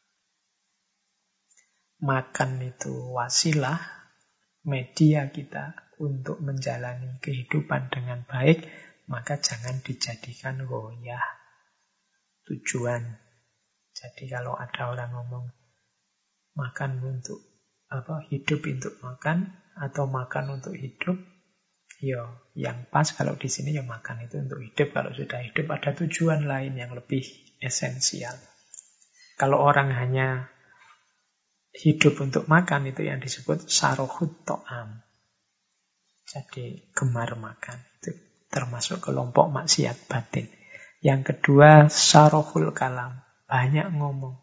Makan itu wasilah, media kita untuk menjalani kehidupan dengan baik, maka jangan dijadikan goyah, tujuan. Jadi kalau ada orang ngomong makan untuk apa, hidup untuk makan atau makan untuk hidup, ya yang pas kalau di sini ya makan itu untuk hidup. Kalau sudah hidup ada tujuan lain yang lebih esensial. Kalau orang hanya hidup untuk makan, itu yang disebut sarohut to'am. Jadi gemar makan. Itu termasuk kelompok maksiat batin. Yang kedua, sarohul kalam. Banyak ngomong.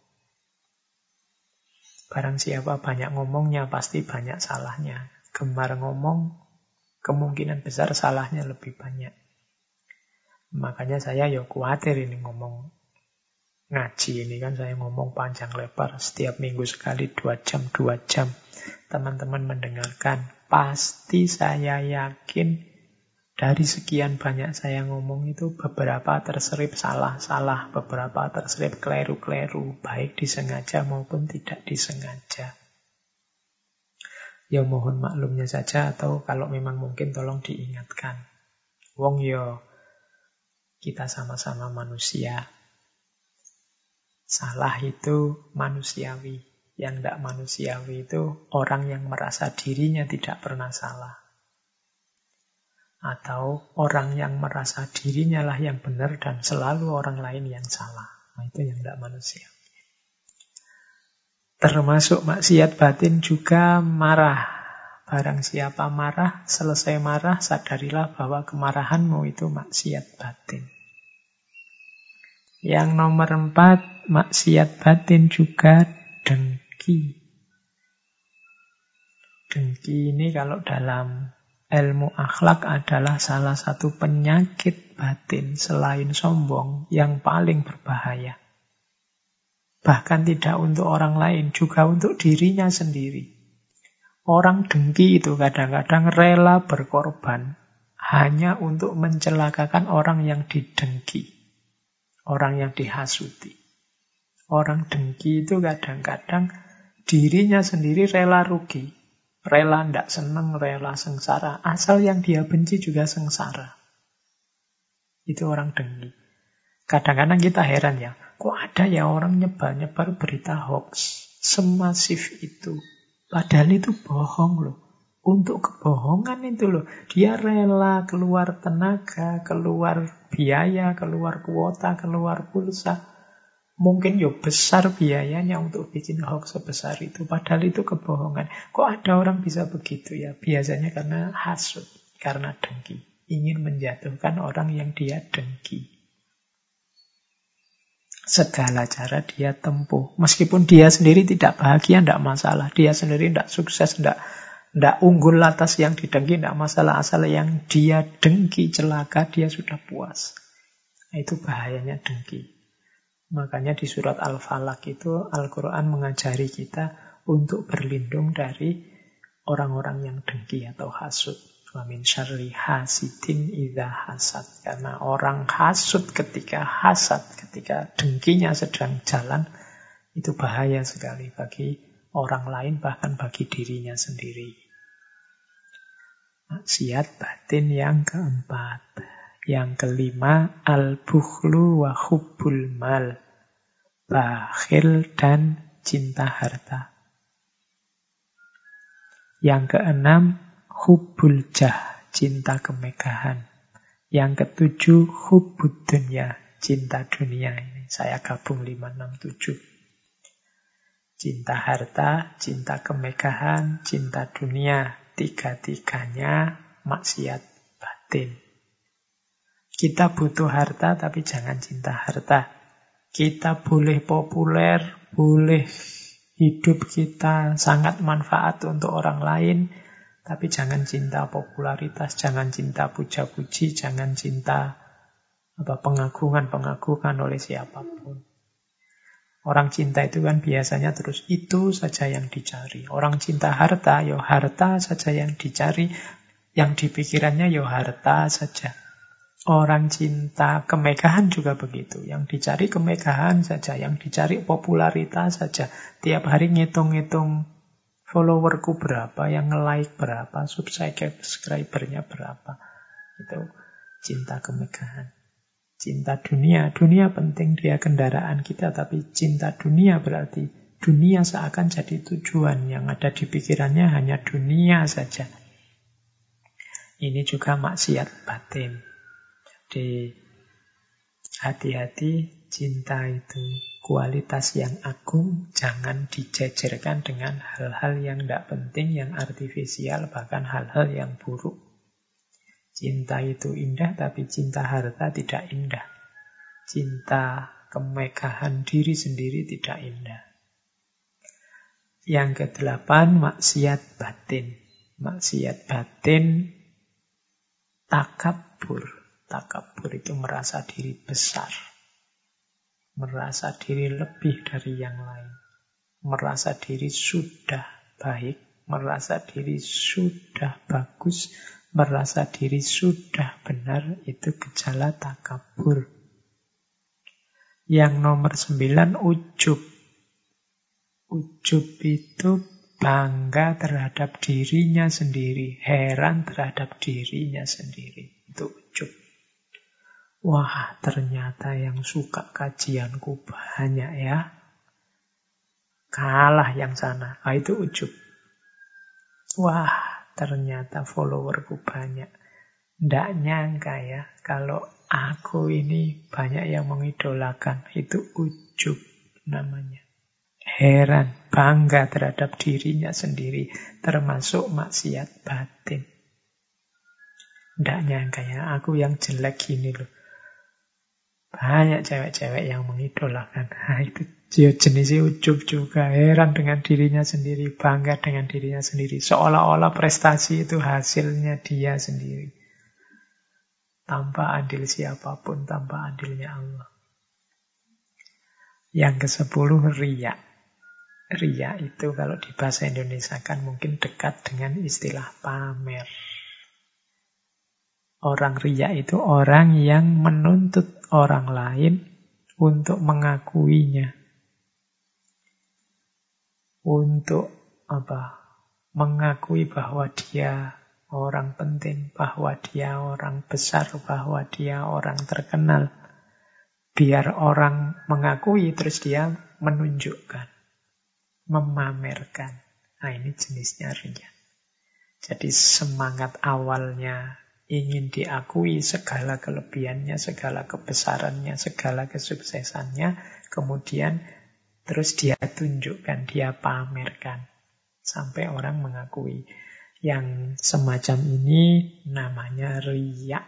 Barang siapa banyak ngomongnya, pasti banyak salahnya. Gemar ngomong, kemungkinan besar salahnya lebih banyak. Makanya saya ya khawatir ini ngomong ngaji ini kan, saya ngomong panjang lebar setiap minggu sekali dua jam dua jam. Teman-teman mendengarkan, pasti saya yakin dari sekian banyak saya ngomong itu beberapa terselip salah-salah, beberapa terselip keliru-keliru, baik disengaja maupun tidak disengaja. Ya mohon maklumnya saja, atau kalau memang mungkin tolong diingatkan. Wong yo kita sama-sama manusia. Salah itu manusiawi. Yang tidak manusiawi itu orang yang merasa dirinya tidak pernah salah. Atau orang yang merasa dirinya lah yang benar dan selalu orang lain yang salah. Nah, itu yang tidak manusiawi. Termasuk maksiat batin juga marah. Barang siapa marah, selesai marah, sadarilah bahwa kemarahanmu itu maksiat batin. Yang nomor empat, maksiat batin juga dengki. Dengki ini kalau dalam ilmu akhlak adalah salah satu penyakit batin selain sombong yang paling berbahaya. Bahkan tidak untuk orang lain, juga untuk dirinya sendiri. Orang dengki itu kadang-kadang rela berkorban hanya untuk mencelakakan orang yang didengki. Orang yang dihasuti. Orang dengki itu kadang-kadang dirinya sendiri rela rugi. Rela tidak senang, rela sengsara. Asal yang dia benci juga sengsara. Itu orang dengki. Kadang-kadang kita heran ya, kok ada ya orang nyebar-nyebar berita hoax semasif itu. Padahal itu bohong loh. Untuk kebohongan itu loh, dia rela keluar tenaga, keluar biaya, keluar kuota, keluar pulsa Mungkin ya besar biayanya untuk bikin hoax sebesar itu. Padahal itu kebohongan. Kok ada orang bisa begitu ya? Biasanya karena hasut, karena dengki. Ingin menjatuhkan orang yang dia dengki. Segala cara dia tempuh. Meskipun dia sendiri tidak bahagia, tidak masalah. Dia sendiri tidak sukses, tidak tidak unggul atas yang didengki, tidak masalah. Asal yang dia dengki celaka, dia sudah puas. Nah, itu bahayanya dengki. Makanya di surat Al-Falaq itu Al-Quran mengajari kita untuk berlindung dari orang-orang yang dengki atau hasud. Wa min syarri hasidin idza hasad. Karena orang hasud ketika hasad, ketika dengkinya sedang jalan, itu bahaya sekali bagi orang lain, bahkan bagi dirinya sendiri. Maksiat batin yang keempat. Yang kelima, al-bukhlu wa hubbul mal. Bakhil dan cinta harta. Yang keenam, hubbul jah, cinta kemegahan. Yang ketujuh, hubbud dunya, cinta dunia. Ini saya gabung lima, enam, tujuh. Cinta harta, cinta kemegahan, cinta dunia. Tiga-tiganya maksiat batin. Kita butuh harta, tapi jangan cinta harta. Kita boleh populer, boleh hidup kita sangat manfaat untuk orang lain, tapi jangan cinta popularitas, jangan cinta puja-puji, jangan cinta apa pengagungan-pengagungan oleh siapapun. Orang cinta itu kan biasanya terus itu saja yang dicari. Orang cinta harta, ya harta saja yang dicari. Yang dipikirannya ya harta saja. Orang cinta kemegahan juga begitu. Yang dicari kemegahan saja, yang dicari popularitas saja. Tiap hari ngitung-ngitung followerku berapa, yang nge-like berapa, subscribernya berapa. Itu cinta kemegahan. Cinta dunia. Dunia penting, dia kendaraan kita, tapi cinta dunia berarti dunia seakan jadi tujuan. Yang ada di pikirannya hanya dunia saja. Ini juga maksiat batin. Jadi hati-hati, cinta itu kualitas yang agung, jangan dijejerkan dengan hal-hal yang tidak penting, yang artifisial, bahkan hal-hal yang buruk. Cinta itu indah, tapi cinta harta tidak indah. Cinta kemegahan diri sendiri tidak indah. Yang kedelapan, maksiat batin. Maksiat batin, takabur. Takabur itu merasa diri besar. Merasa diri lebih dari yang lain. Merasa diri sudah baik. Merasa diri sudah bagus. Merasa diri sudah benar. Itu gejala takabur. Yang nomor sembilan, ujub. Ujub itu bangga terhadap dirinya sendiri. Heran terhadap dirinya sendiri. Itu ujub. Wah, ternyata yang suka kajianku banyak ya. Kalah yang sana. Ah, itu ujub. Wah, ternyata followerku banyak. Nggak nyangka ya, kalau aku ini banyak yang mengidolakan. Itu ujub namanya. Heran, bangga terhadap dirinya sendiri. Termasuk maksiat batin. Nggak nyangka ya, aku yang jelek gini loh. Banyak cewek-cewek yang mengidolakan. Nah, itu jenisnya ujub juga. Heran dengan dirinya sendiri. Bangga dengan dirinya sendiri. Seolah-olah prestasi itu hasilnya dia sendiri. Tanpa andil siapapun. Tanpa andilnya Allah. Yang kesepuluh, riya. Riya itu kalau di bahasa Indonesia kan mungkin dekat dengan istilah pamer. Orang riya itu orang yang menuntut orang lain untuk mengakuinya. Untuk apa? Mengakui bahwa dia orang penting, bahwa dia orang besar, bahwa dia orang terkenal. Biar orang mengakui, terus dia menunjukkan, memamerkan. Nah, ini jenisnya riya. Jadi semangat awalnya ingin diakui segala kelebihannya, segala kebesarannya, segala kesuksesannya, kemudian terus dia tunjukkan, dia pamerkan, sampai orang mengakui. Yang semacam ini namanya riya.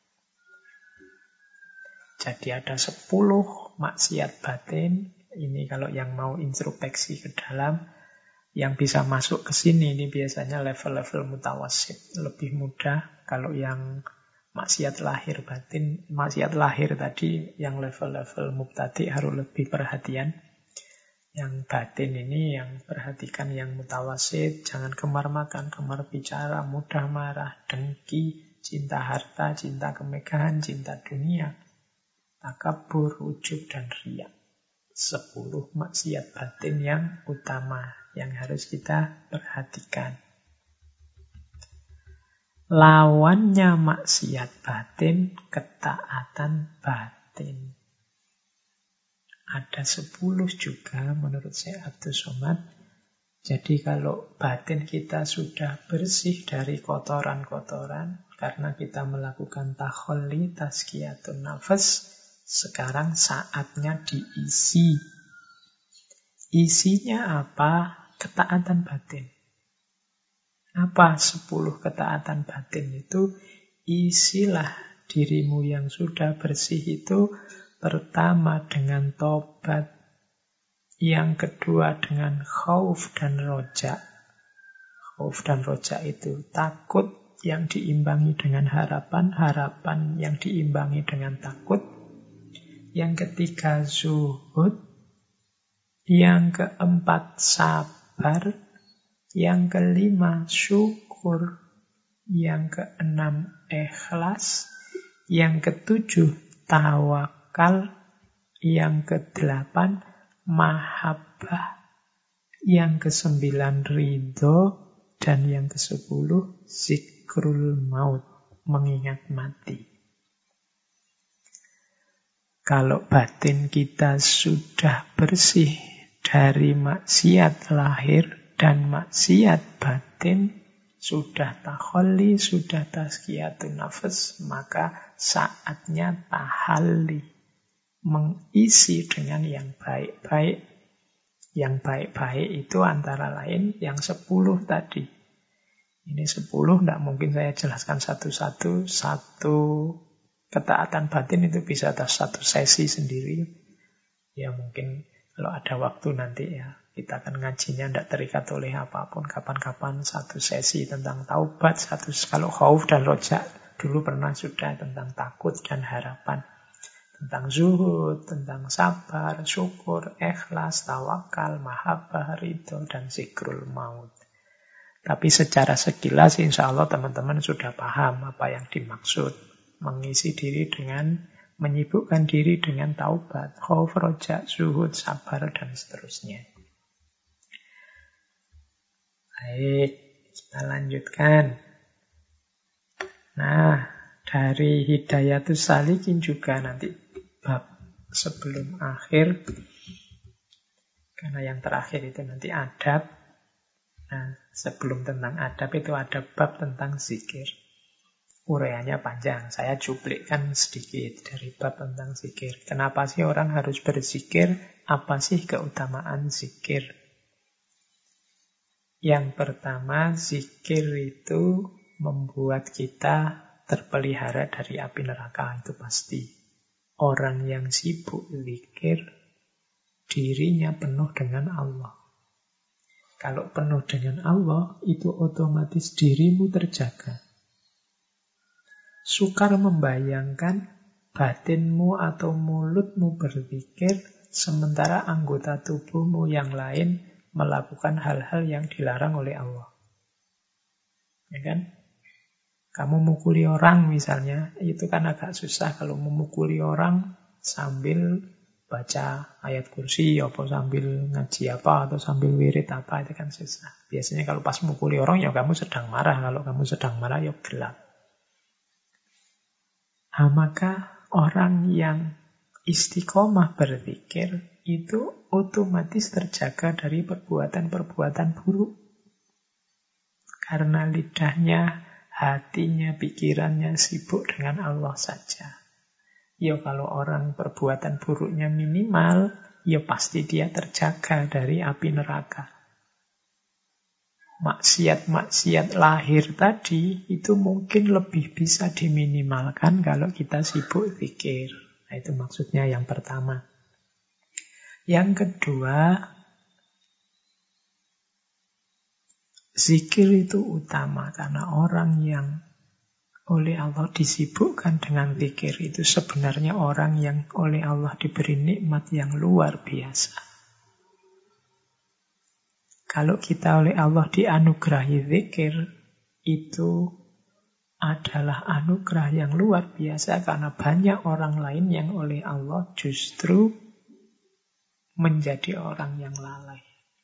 Jadi ada sepuluh maksiat batin. Ini kalau yang mau introspeksi ke dalam, yang bisa masuk ke sini, ini biasanya level-level mutawassit. Lebih mudah. Kalau yang maksiat lahir batin, maksiat lahir tadi, yang level-level mubtadi harus lebih perhatian. Yang batin ini, yang perhatikan yang mutawassit. Jangan gemar makan, gemar bicara, mudah marah, dengki, cinta harta, cinta kemegahan, cinta dunia, takabur, ujub, dan riya. Sepuluh maksiat batin yang utama yang harus kita perhatikan. Lawannya maksiat batin, ketaatan batin. Ada sepuluh juga menurut Syekh Abdus Somad. Jadi kalau batin kita sudah bersih dari kotoran-kotoran, karena kita melakukan takholli, tazkiyatun nafas, sekarang saatnya diisi. Isinya apa? Ketaatan batin. Apa sepuluh ketaatan batin itu? Isilah dirimu yang sudah bersih itu pertama dengan tobat, yang kedua dengan khauf dan roja. Khauf dan roja itu takut yang diimbangi dengan harapan, harapan yang diimbangi dengan takut. Yang ketiga zuhud, yang keempat sabar, yang kelima syukur, yang keenam ikhlas, yang ketujuh tawakal, yang kedelapan mahabbah, yang kesembilan ridho, dan yang kesepuluh zikrul maut, mengingat mati. Kalau batin kita sudah bersih dari maksiat lahir dan maksiat batin, sudah takholli, sudah tazkiyatun nafas, maka saatnya tahalli, mengisi dengan yang baik-baik. Yang baik-baik itu antara lain yang sepuluh tadi. Ini sepuluh, tidak mungkin saya jelaskan satu-satu. Satu ketaatan batin itu bisa atas satu sesi sendiri. Ya mungkin kalau ada waktu nanti ya kita akan ngajinya tidak terikat oleh apapun. Kapan-kapan satu sesi tentang taubat, satu kalau khauf dan roja dulu pernah sudah tentang takut dan harapan, tentang zuhud, tentang sabar, syukur, ikhlas, tawakal, mahabbah, ridho, dan zikrul maut. Tapi secara sekilas insya Allah teman-teman sudah paham apa yang dimaksud. Mengisi diri dengan, menyibukkan diri dengan taubat, khauf, roja, zuhud, sabar, dan seterusnya. Baik, kita lanjutkan. Nah, dari Hidayatus Salikin juga nanti bab sebelum akhir, karena yang terakhir itu nanti adab. Nah, sebelum tentang adab itu ada bab tentang zikir. Uraiannya panjang, saya cuplikkan sedikit dari bab tentang zikir. Kenapa sih orang harus berzikir? Apa sih keutamaan zikir? Yang pertama, zikir itu membuat kita terpelihara dari api neraka, itu pasti. Orang yang sibuk zikir, dirinya penuh dengan Allah. Kalau penuh dengan Allah, itu otomatis dirimu terjaga. Sukar membayangkan batinmu atau mulutmu berzikir, sementara anggota tubuhmu yang lain melakukan hal-hal yang dilarang oleh Allah. Ya kan? Kamu mukuli orang misalnya, itu kan agak susah kalau memukuli orang sambil baca ayat kursi, apa sambil ngaji apa, atau sambil wirid apa, itu kan susah. Biasanya kalau pas mukuli orang, ya kamu sedang marah. Kalau kamu sedang marah, ya gelap. Nah, maka orang yang istiqomah berzikir itu otomatis terjaga dari perbuatan-perbuatan buruk. Karena lidahnya hatinya, pikirannya sibuk dengan Allah saja. Ya kalau orang perbuatan buruknya minimal, ya pasti dia terjaga dari api neraka. Maksiat-maksiat lahir tadi itu mungkin lebih bisa diminimalkan kalau kita sibuk zikir. Nah, itu maksudnya yang pertama. Yang kedua, zikir itu utama karena orang yang oleh Allah disibukkan dengan zikir itu sebenarnya orang yang oleh Allah diberi nikmat yang luar biasa. Kalau kita oleh Allah dianugerahi zikir, itu adalah anugerah yang luar biasa karena banyak orang lain yang oleh Allah justru menjadi orang yang lalai.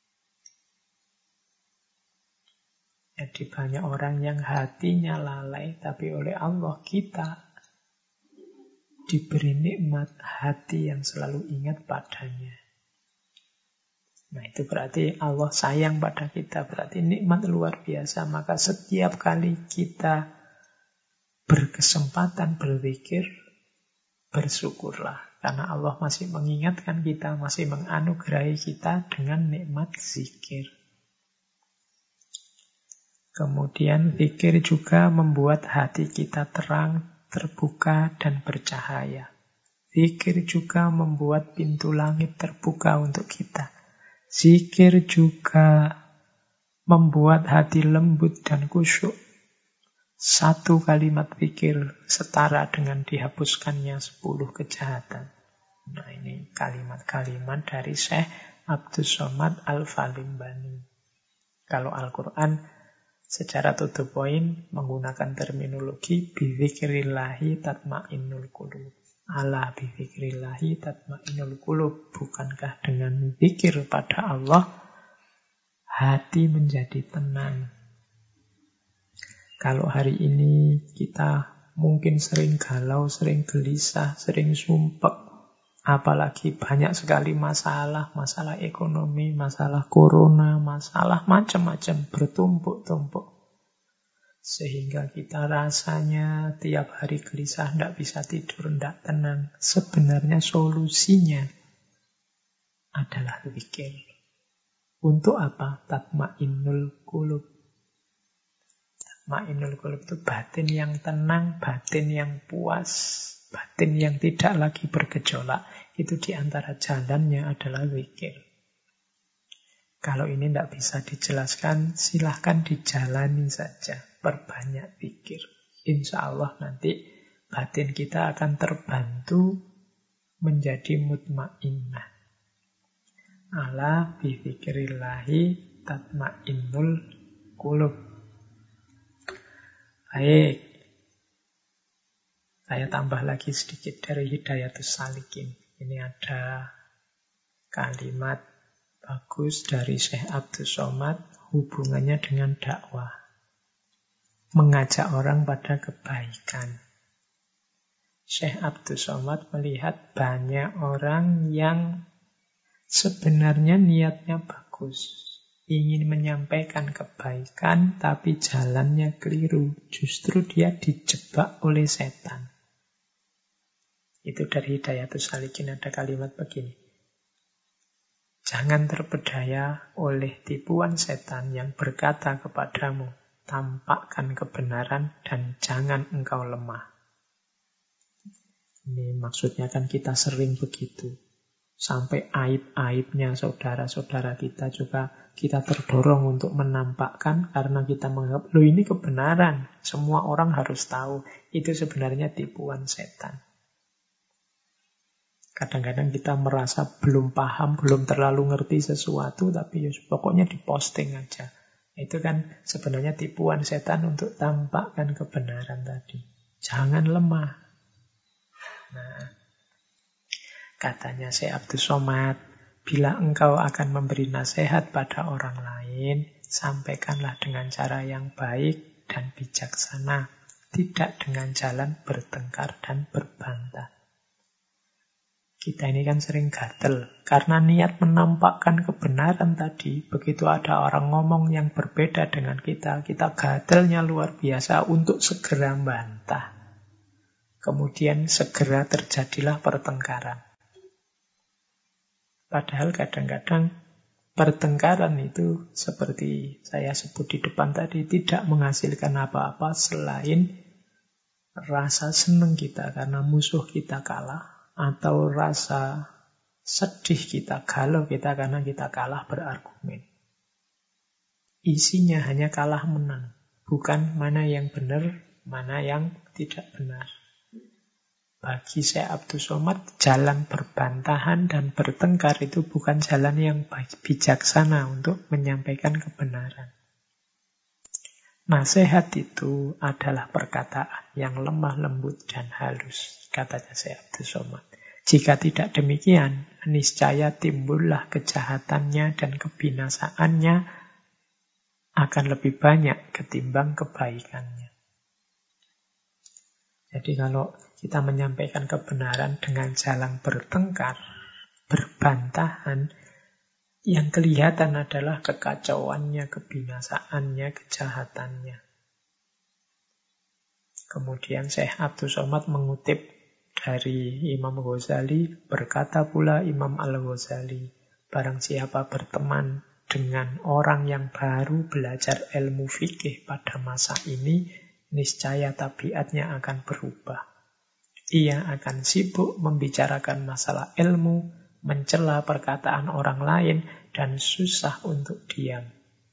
Jadi banyak orang yang hatinya lalai, tapi oleh Allah kita diberi nikmat hati yang selalu ingat padanya. Nah itu berarti Allah sayang pada kita, berarti nikmat luar biasa. Maka setiap kali kita berkesempatan berzikir, bersyukurlah. Karena Allah masih mengingatkan kita, masih menganugerahi kita dengan nikmat zikir. Kemudian zikir juga membuat hati kita terang, terbuka, dan bercahaya. Zikir juga membuat pintu langit terbuka untuk kita. Zikir juga membuat hati lembut dan khusyuk. Satu kalimat zikir setara dengan dihapuskannya sepuluh kejahatan. Nah ini kalimat-kalimat dari Syekh Abdus Somad Al-Falimbani. Kalau Al-Quran secara to the point menggunakan terminologi bidzikrillahi tatmainnul qulub. Ala bidzikrillahi tatmainnul qulub. Bukankah dengan zikir pada Allah hati menjadi tenang? Kalau hari ini kita mungkin sering galau, sering gelisah, sering sumpek, apalagi banyak sekali masalah, masalah ekonomi, masalah corona, masalah macam-macam bertumpuk-tumpuk. Sehingga kita rasanya tiap hari gelisah, tidak bisa tidur, tidak tenang. Sebenarnya solusinya adalah zikir. Untuk apa? Tatmainnul qulub. Tatmainnul qulub itu batin yang tenang, batin yang puas, batin yang tidak lagi bergejolak. Itu diantara jalannya adalah zikir. Kalau ini tidak bisa dijelaskan, silahkan dijalani saja. Perbanyak zikir. Insya Allah nanti batin kita akan terbantu menjadi mutmainnah. Ala bidzikrillahi tatmainnul qulub. Baik. Saya tambah lagi sedikit dari Hidayatus Salikin. Ini ada kalimat bagus dari Syekh Abdus Somad hubungannya dengan dakwah. Mengajak orang pada kebaikan. Syekh Abdus Somad melihat banyak orang yang sebenarnya niatnya bagus. Ingin menyampaikan kebaikan tapi jalannya keliru. Justru dia dijebak oleh setan. Itu dari Hidayatus Salikin ada kalimat begini. Jangan terpedaya oleh tipuan setan yang berkata kepadamu, tampakkan kebenaran dan jangan engkau lemah. Ini maksudnya kan kita sering begitu. Sampai aib-aibnya saudara-saudara kita juga kita terdorong untuk menampakkan karena kita menganggap, loh ini kebenaran, semua orang harus tahu. Itu sebenarnya tipuan setan. Kadang-kadang kita merasa belum paham, belum terlalu ngerti sesuatu, tapi ya pokoknya diposting aja. Itu kan sebenarnya tipuan setan untuk tampakkan kebenaran tadi. Jangan lemah. Nah, katanya Syekh Abdus Somad, bila engkau akan memberi nasihat pada orang lain, sampaikanlah dengan cara yang baik dan bijaksana, tidak dengan jalan bertengkar dan berbantah. Kita ini kan sering gatel karena niat menampakkan kebenaran tadi. Begitu ada orang ngomong yang berbeda dengan kita, kita gatelnya luar biasa untuk segera bantah. Kemudian segera terjadilah pertengkaran. Padahal kadang-kadang pertengkaran itu seperti saya sebut di depan tadi tidak menghasilkan apa-apa selain rasa senang kita karena musuh kita kalah. Atau rasa sedih kita, galau kita karena kita kalah berargumen. Isinya hanya kalah menang, bukan mana yang benar, mana yang tidak benar. Bagi Syekh Abdus Somad, jalan berbantahan dan bertengkar itu bukan jalan yang bijaksana untuk menyampaikan kebenaran. Nasihat itu adalah perkataan yang lemah lembut dan halus, katanya Syekh Abdus Somad. Jika tidak demikian, niscaya timbullah kejahatannya dan kebinasaannya akan lebih banyak ketimbang kebaikannya. Jadi kalau kita menyampaikan kebenaran dengan jalan bertengkar, berbantahan, yang kelihatan adalah kekacauannya, kebinasaannya, kejahatannya. Kemudian Syekh Abdus Somad mengutip dari Imam Ghazali, berkata pula Imam Al-Ghazali, barang siapa berteman dengan orang yang baru belajar ilmu fikih pada masa ini, niscaya tabiatnya akan berubah. Ia akan sibuk membicarakan masalah ilmu, mencela perkataan orang lain, dan susah untuk diam.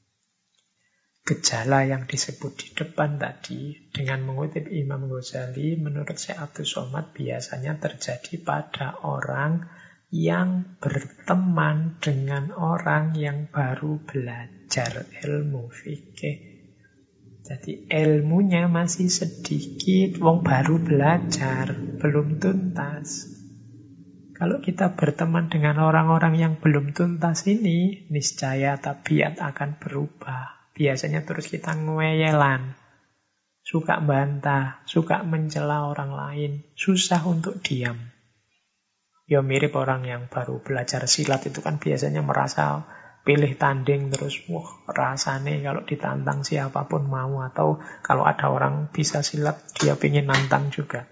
Gejala yang disebut di depan tadi, dengan mengutip Imam Ghazali, menurut Syekh Abdus Somad biasanya terjadi pada orang yang berteman dengan orang yang baru belajar ilmu fikih. Jadi ilmunya masih sedikit, wong baru belajar, belum tuntas. Kalau kita berteman dengan orang-orang yang belum tuntas ini, niscaya tabiat akan berubah. Biasanya terus kita ngeweyelan, suka bantah, suka mencela orang lain, susah untuk diam. Ya mirip orang yang baru belajar silat itu kan biasanya merasa pilih tanding terus, wah rasanya kalau ditantang siapapun mau, atau kalau ada orang bisa silat dia pengen nantang juga.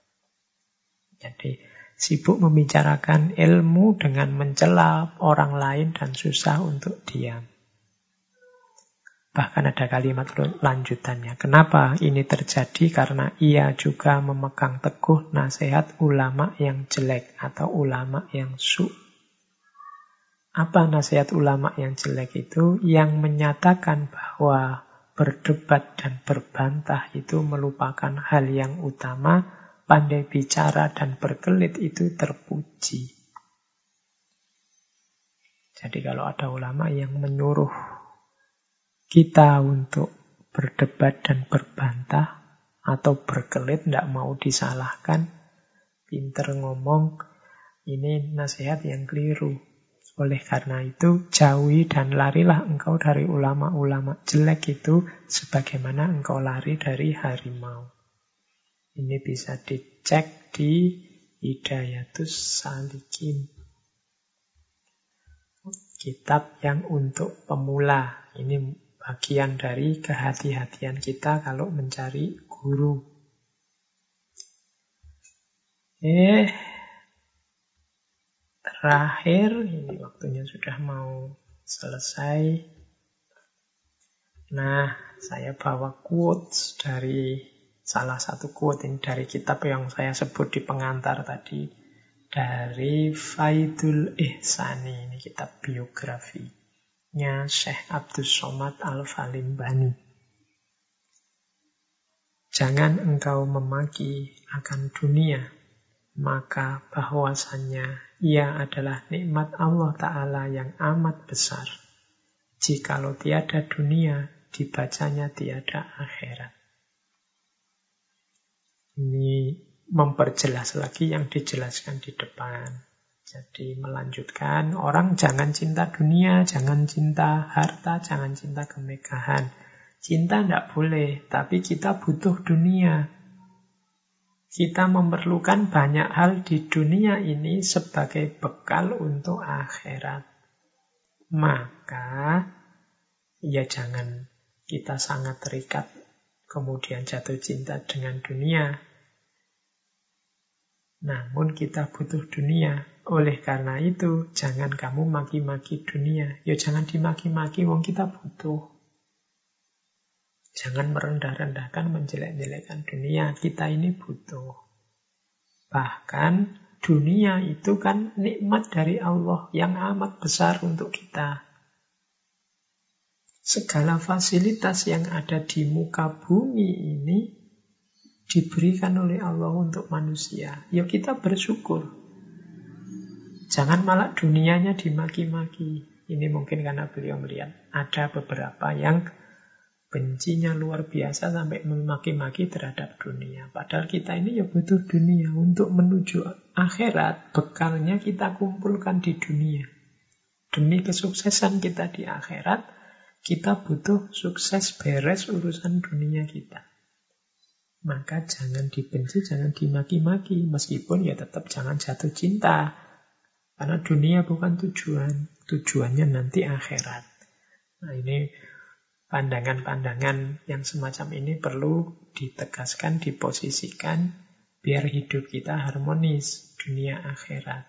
Jadi sibuk membicarakan ilmu dengan mencela orang lain dan susah untuk diam. Bahkan ada kalimat lanjutannya. Kenapa ini terjadi? Karena ia juga memegang teguh nasihat ulama yang jelek atau ulama yang su'. Apa nasihat ulama yang jelek itu? Yang menyatakan bahwa berdebat dan berbantah itu melupakan hal yang utama. Pandai bicara dan berkelit itu terpuji. Jadi kalau ada ulama yang menyuruh kita untuk berdebat dan berbantah atau berkelit, tidak mau disalahkan, pinter ngomong, ini nasihat yang keliru. Oleh karena itu, jauhi dan larilah engkau dari ulama-ulama jelek itu sebagaimana engkau lari dari harimau. Ini bisa dicek di Hidayatus Salikin. Kitab yang untuk pemula. Ini bagian dari kehati-hatian kita kalau mencari guru. Eh, terakhir, ini waktunya sudah mau selesai. Nah, saya bawa quotes dari salah satu quote ini dari kitab yang saya sebut di pengantar tadi, dari Faidul Ihsani. Ini kitab biografinya Syekh Abdus Somad Al-Falimbani. Jangan engkau memaki akan dunia, maka bahwasannya ia adalah nikmat Allah Ta'ala yang amat besar. Jikalau tiada dunia, dibacanya tiada akhirat. Ini memperjelas lagi yang dijelaskan di depan. Jadi melanjutkan, orang jangan cinta dunia, jangan cinta harta, jangan cinta kemegahan. Cinta tidak boleh, tapi kita butuh dunia. Kita memerlukan banyak hal di dunia ini sebagai bekal untuk akhirat. Maka, ya jangan kita sangat terikat kemudian jatuh cinta dengan dunia. Namun kita butuh dunia. Oleh karena itu, jangan kamu maki-maki dunia. Ya jangan dimaki-maki, wong kita butuh. Jangan merendah-rendahkan, menjelek-jelekkan dunia. Kita ini butuh. Bahkan dunia itu kan nikmat dari Allah yang amat besar untuk kita. Segala fasilitas yang ada di muka bumi ini diberikan oleh Allah untuk manusia. Ya kita bersyukur. Jangan malah dunianya dimaki-maki. Ini mungkin karena beliau melihat ada beberapa yang bencinya luar biasa sampai memaki-maki terhadap dunia. Padahal kita ini ya butuh dunia untuk menuju akhirat. Bekalnya kita kumpulkan di dunia. Demi kesuksesan kita di akhirat, kita butuh sukses beres urusan dunia kita. Maka jangan dibenci, jangan dimaki-maki. Meskipun ya tetap jangan jatuh cinta. Karena dunia bukan tujuan. Tujuannya nanti akhirat. Nah ini pandangan-pandangan yang semacam ini perlu ditegaskan, diposisikan, biar hidup kita harmonis, dunia akhirat.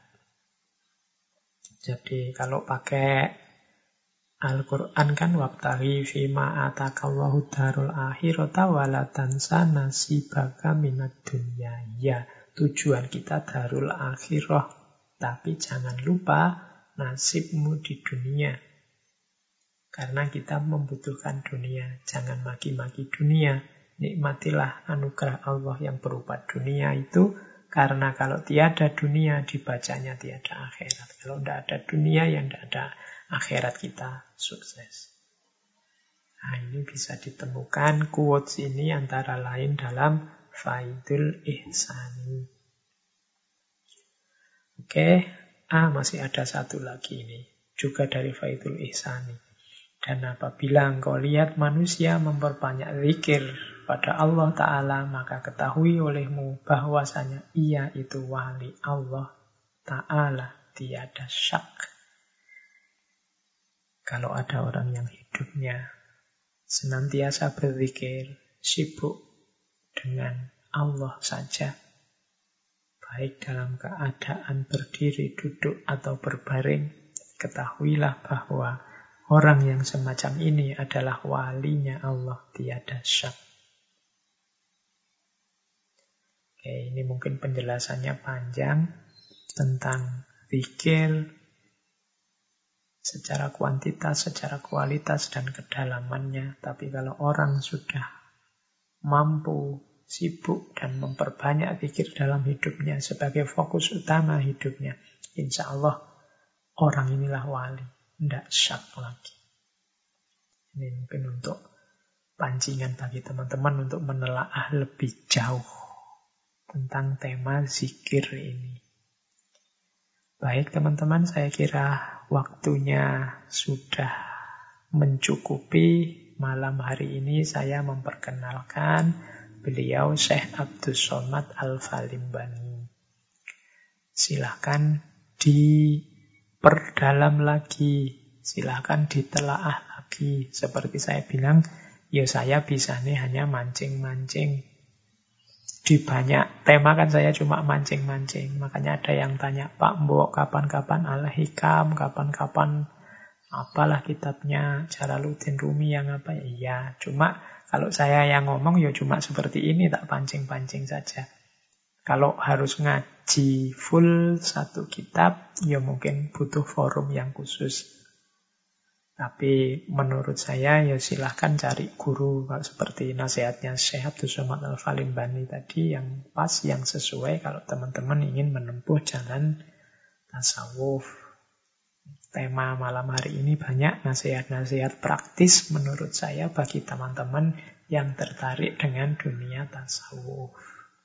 Jadi kalau pakai Al-Quran kan wabtaghi fima atakallahu darul akhirata wala tansa nasibaka minad dunya. Ya, tujuan kita darul akhirah. Tapi jangan lupa nasibmu di dunia. Karena kita membutuhkan dunia. Jangan maki-maki dunia. Nikmatilah anugerah Allah yang berupa dunia itu. Karena kalau tiada dunia, dibacanya tiada akhirat. Kalau tidak ada dunia, yang tidak ada akhirat kita sukses. Nah, ini bisa ditemukan quotes ini antara lain dalam Faidul Ihsani. Oke, ah masih ada satu lagi ini. Juga dari Faidul Ihsani. Dan apabila engkau lihat manusia memperbanyak zikir pada Allah Ta'ala, maka ketahui olehmu bahwasanya ia itu wali Allah Ta'ala. Tiada syak. Kalau ada orang yang hidupnya senantiasa berzikir, sibuk dengan Allah saja, baik dalam keadaan berdiri, duduk, atau berbaring, ketahuilah bahwa orang yang semacam ini adalah walinya Allah, tiada syak. Oke, ini mungkin penjelasannya panjang tentang zikir secara kuantitas, secara kualitas, dan kedalamannya. Tapi kalau orang sudah mampu, sibuk, dan memperbanyak zikir dalam hidupnya sebagai fokus utama hidupnya, insya Allah orang inilah wali. Tidak syak lagi. Ini mungkin untuk pancingan bagi teman-teman untuk menelaah lebih jauh tentang tema zikir ini. Baik teman-teman, saya kira waktunya sudah mencukupi. Malam hari ini saya memperkenalkan beliau Syekh Abdus Somad Al-Falimbani. Silahkan diperdalam lagi, silahkan ditelaah lagi. Seperti saya bilang, ya saya bisa nih hanya mancing-mancing. Di banyak tema kan saya cuma mancing-mancing. Makanya ada yang tanya, Pak Mbok kapan-kapan Al-Hikam, kapan-kapan apalah kitabnya Jalaluddin Rumi yang apa ya. Iya, cuma kalau saya yang ngomong ya cuma seperti ini, tak pancing-pancing saja. Kalau harus ngaji full satu kitab, ya mungkin butuh forum yang khusus. Tapi menurut saya ya silahkan cari guru seperti nasihatnya Syekh Abdus Somad Al-Falimbani tadi yang pas, yang sesuai kalau teman-teman ingin menempuh jalan tasawuf. Tema malam hari ini banyak nasihat-nasihat praktis menurut saya bagi teman-teman yang tertarik dengan dunia tasawuf.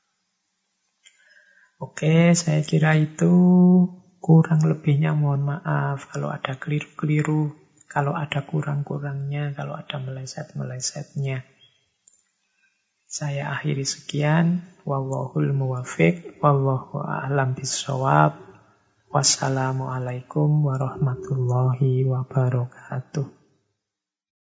Oke, saya kira itu kurang lebihnya mohon maaf kalau ada keliru-keliru. Kalau ada kurang-kurangnya, kalau ada meleset-melesetnya. Saya akhiri sekian. Wallahul muwafiq. Wallahu a'lam bishawab. Wassalamualaikum warahmatullahi wabarakatuh.